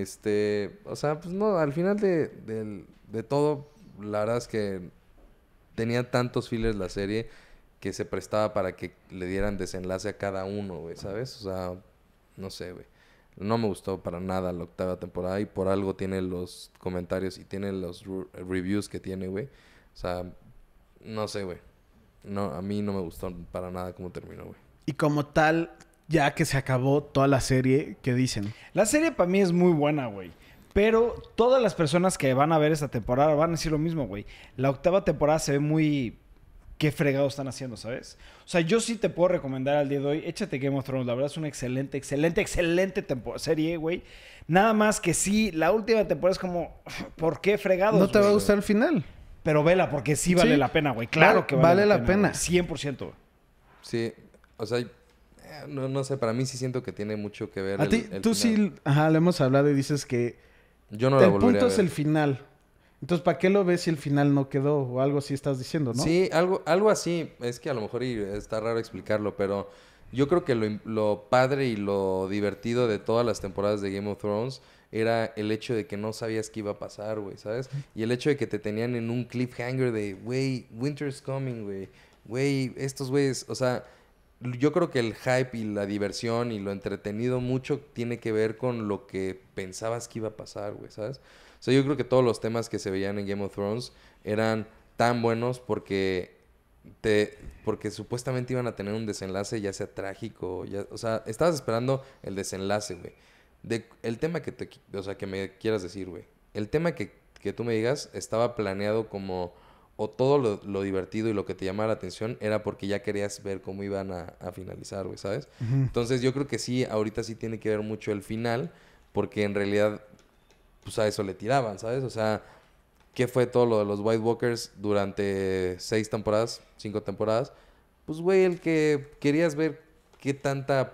O sea, pues no, al final de todo, la verdad es que tenía tantos fillers la serie que se prestaba para que le dieran desenlace a cada uno, güey, ¿sabes? O sea, no sé, güey. No me gustó para nada la 8ª temporada y por algo tiene los comentarios y tiene los reviews que tiene, güey. O sea, no sé, güey. No, a mí no me gustó para nada cómo terminó, güey. Y como tal, ya que se acabó toda la serie, ¿qué dicen? La serie para mí es muy buena, güey. Pero todas las personas que van a ver esta temporada van a decir lo mismo, güey. La octava temporada se ve muy... ¿Qué fregados están haciendo, sabes? O sea, yo sí te puedo recomendar al día de hoy. Échate Game of Thrones. La verdad es una excelente serie, güey. Nada más que sí, la última temporada es como... ¿Por qué fregados, ¿No te va a güey? gustar el final? Pero vela, porque sí vale Sí. la pena, güey. Claro que Vale la pena. güey. 100%, güey. Sí, o sea, no sé, para mí sí siento que tiene mucho que ver A ti, tú final. sí, ajá, le hemos hablado y dices que Yo no la el volvería punto a es ver. el final. Entonces, ¿para qué lo ves si el final no quedó? O algo así estás diciendo, ¿no? Sí, algo así. Es que a lo mejor está raro explicarlo, pero yo creo que lo padre y lo divertido de todas las temporadas de Game of Thrones era el hecho de que no sabías qué iba a pasar, güey, ¿sabes? Y el hecho de que te tenían en un cliffhanger de, güey, winter's coming, güey. Güey, estos güeyes, o sea, yo creo que el hype y la diversión y lo entretenido mucho tiene que ver con lo que pensabas que iba a pasar, güey, ¿sabes? O sea, yo creo que todos los temas que se veían en Game of Thrones eran tan buenos porque supuestamente iban a tener un desenlace ya sea trágico, o sea, estabas esperando el desenlace, güey. El tema o sea, que me quieras decir, güey. El tema que tú me digas estaba planeado como o todo lo divertido y lo que te llamaba la atención era porque ya querías ver cómo iban a finalizar, güey, ¿sabes? Ujú. Entonces yo creo que sí, ahorita sí tiene que ver mucho el final, porque en realidad, pues a eso le tiraban, ¿sabes? O sea, ¿qué fue todo lo de los White Walkers durante 6 temporadas, 5 temporadas? Pues, güey, el que querías ver qué tanta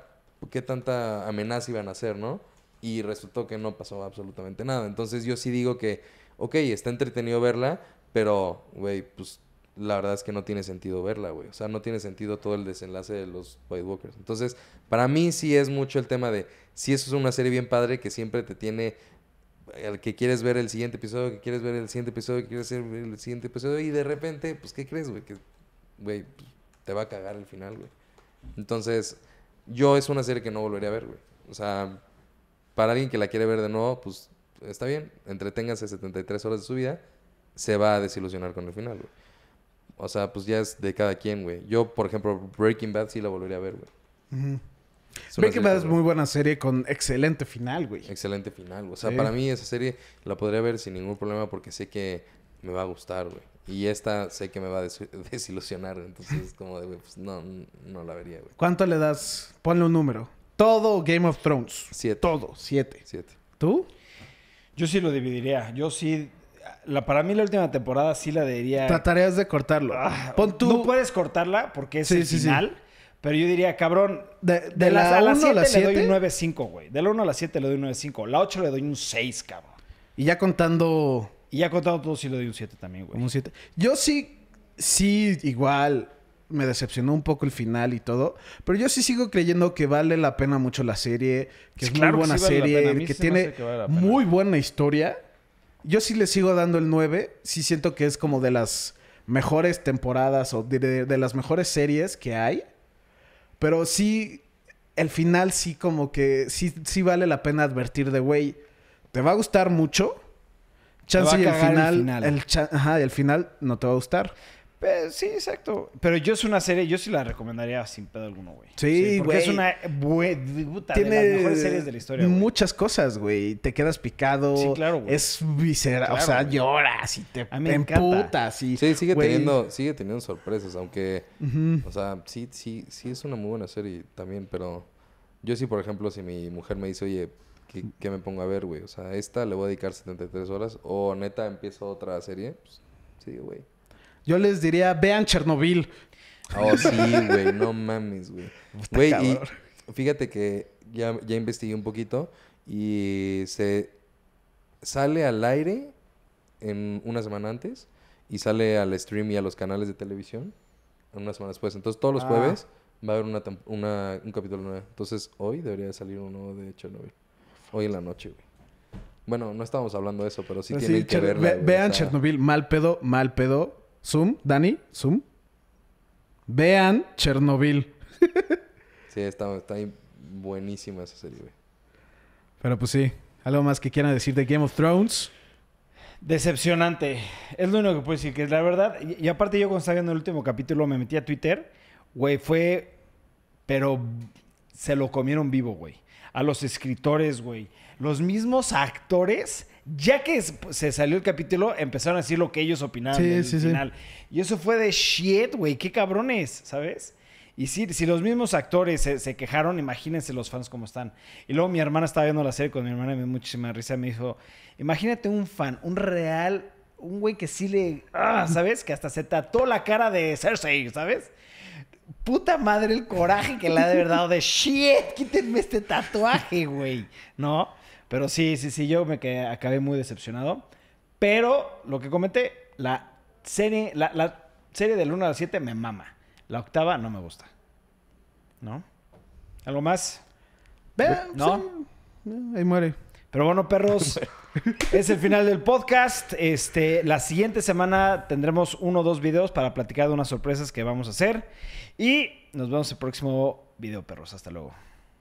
amenaza iban a hacer, ¿no? Y resultó que no pasó absolutamente nada. Entonces yo sí digo que, ok, está entretenido verla, pero, güey, pues la verdad es que no tiene sentido verla, güey. O sea, no tiene sentido todo el desenlace de los White Walkers. Entonces, para mí sí es mucho el tema de, sí, eso es una serie bien padre que siempre te tiene, el que quieres ver el siguiente episodio, que quieres ver el siguiente episodio, que quieres ver el siguiente episodio, y de repente, pues, ¿qué crees, güey? Que, güey, pues, te va a cagar el final, güey. Entonces, yo es una serie que no volvería a ver, güey. O sea, para alguien que la quiere ver de nuevo, pues, está bien. Entreténgase 73 horas de su vida, se va a desilusionar con el final, güey. O sea, pues ya es de cada quien, güey. Yo, por ejemplo, Breaking Bad sí la volvería a ver, güey. Ujú. Es una Breaking serie Bad que- es muy buena serie con excelente final, güey. Excelente final, güey. O sea, Sí. para mí esa serie la podría ver sin ningún problema porque sé que me va a gustar, güey. Y esta sé que me va a desilusionar, güey. Entonces es como de, güey, pues no la vería, güey. ¿Cuánto le das? Ponle un número. Todo Game of Thrones. 7. Todo. 7. 7. ¿Tú? Yo sí lo dividiría. Yo sí... para mí la última temporada sí la diría... Tratarías de cortarlo. Pon tú... No puedes cortarla porque es Sí, el sí, sí. final. Pero yo diría, cabrón... De las- la a las 1 a la 7 le doy 7. un 9.5, güey. De la 1 a la 7 le doy un 9.5. La 8 le doy un 6, cabrón. Y ya contando Y ya contado todo sí le doy un 7 también, güey. como un 7. Yo sí, igual me decepcionó un poco el final y todo. Pero yo sí sigo creyendo que vale la pena mucho la serie. Que Sí, es claro muy que buena sí vale la pena. A serie. mí Que sí se me tiene hace que vale la pena. muy buena historia. Yo sí le sigo dando el 9. Sí siento que es como de las mejores temporadas o de las mejores series que hay. Pero sí, el final sí como que sí vale la pena advertir de, güey, te va a gustar mucho. Chance va a y el cagar el final, final. el final no te va a gustar. Sí, exacto. Pero yo es una serie, yo sí la recomendaría sin pedo alguno, güey. Sí, porque es güey. una puta, de las mejores series de la historia, güey. muchas cosas, güey. Te quedas picado. Sí, claro, güey. Es visceral. Claro, o sea, güey. lloras y te A mí me encanta. emputas. Y, Sí, sigue güey, teniendo sorpresas, aunque... ujú. O sea, sí es una muy buena serie también, pero... Yo sí, por ejemplo, si mi mujer me dice, oye, ¿qué me pongo a ver, güey? O sea, esta le voy a dedicar 73 horas, o neta empiezo otra serie, pues sí, güey. Yo les diría, vean Chernobyl. Oh, sí, güey, no mames, güey. Está Güey, y cabrón. fíjate que ya investigué un poquito y se sale al aire en una semana antes y sale al stream y a los canales de televisión una semana después. Entonces, todos los jueves va a haber un capítulo nuevo. Entonces, hoy debería de salir uno de Chernobyl. Hoy en la noche, güey. Bueno, no estábamos hablando de eso, pero sí Así, tienen que verla, güey. vean O sea, Chernobyl. Mal pedo. Zoom, Dani, zoom. Vean Chernobyl. Sí, está ahí buenísima esa serie, güey. Pero pues sí. ¿Algo más que quieran decir de Game of Thrones? Decepcionante. Es lo único que puedo decir, que es la verdad. Y aparte yo cuando estaba viendo el último capítulo me metí a Twitter. Güey, fue pero se lo comieron vivo, güey. A los escritores, güey. Los mismos actores, ya que se salió el capítulo, empezaron a decir lo que ellos opinaban del final. Y eso fue de shit, güey. Qué cabrones, ¿sabes? Y sí, si los mismos actores se quejaron, imagínense los fans cómo están. Y luego mi hermana estaba viendo la serie con mi hermana y me dio muchísima risa. Me dijo, imagínate un fan, un güey que sí le... ¿sabes? Que hasta se tatuó la cara de Cersei, ¿sabes? Puta madre el coraje que le ha de haber dado de shit, quítenme este tatuaje, güey. ¿No? Pero sí, yo acabé muy decepcionado. Pero lo que comenté, la serie del 1 al 7 me mama. La 8ª no me gusta. ¿No? ¿Algo más? ¿No? Sí. Ahí muere. Pero bueno, perros, es el final del podcast. La siguiente semana tendremos 1 o 2 videos para platicar de unas sorpresas que vamos a hacer. Y nos vemos en el próximo video, perros. Hasta luego.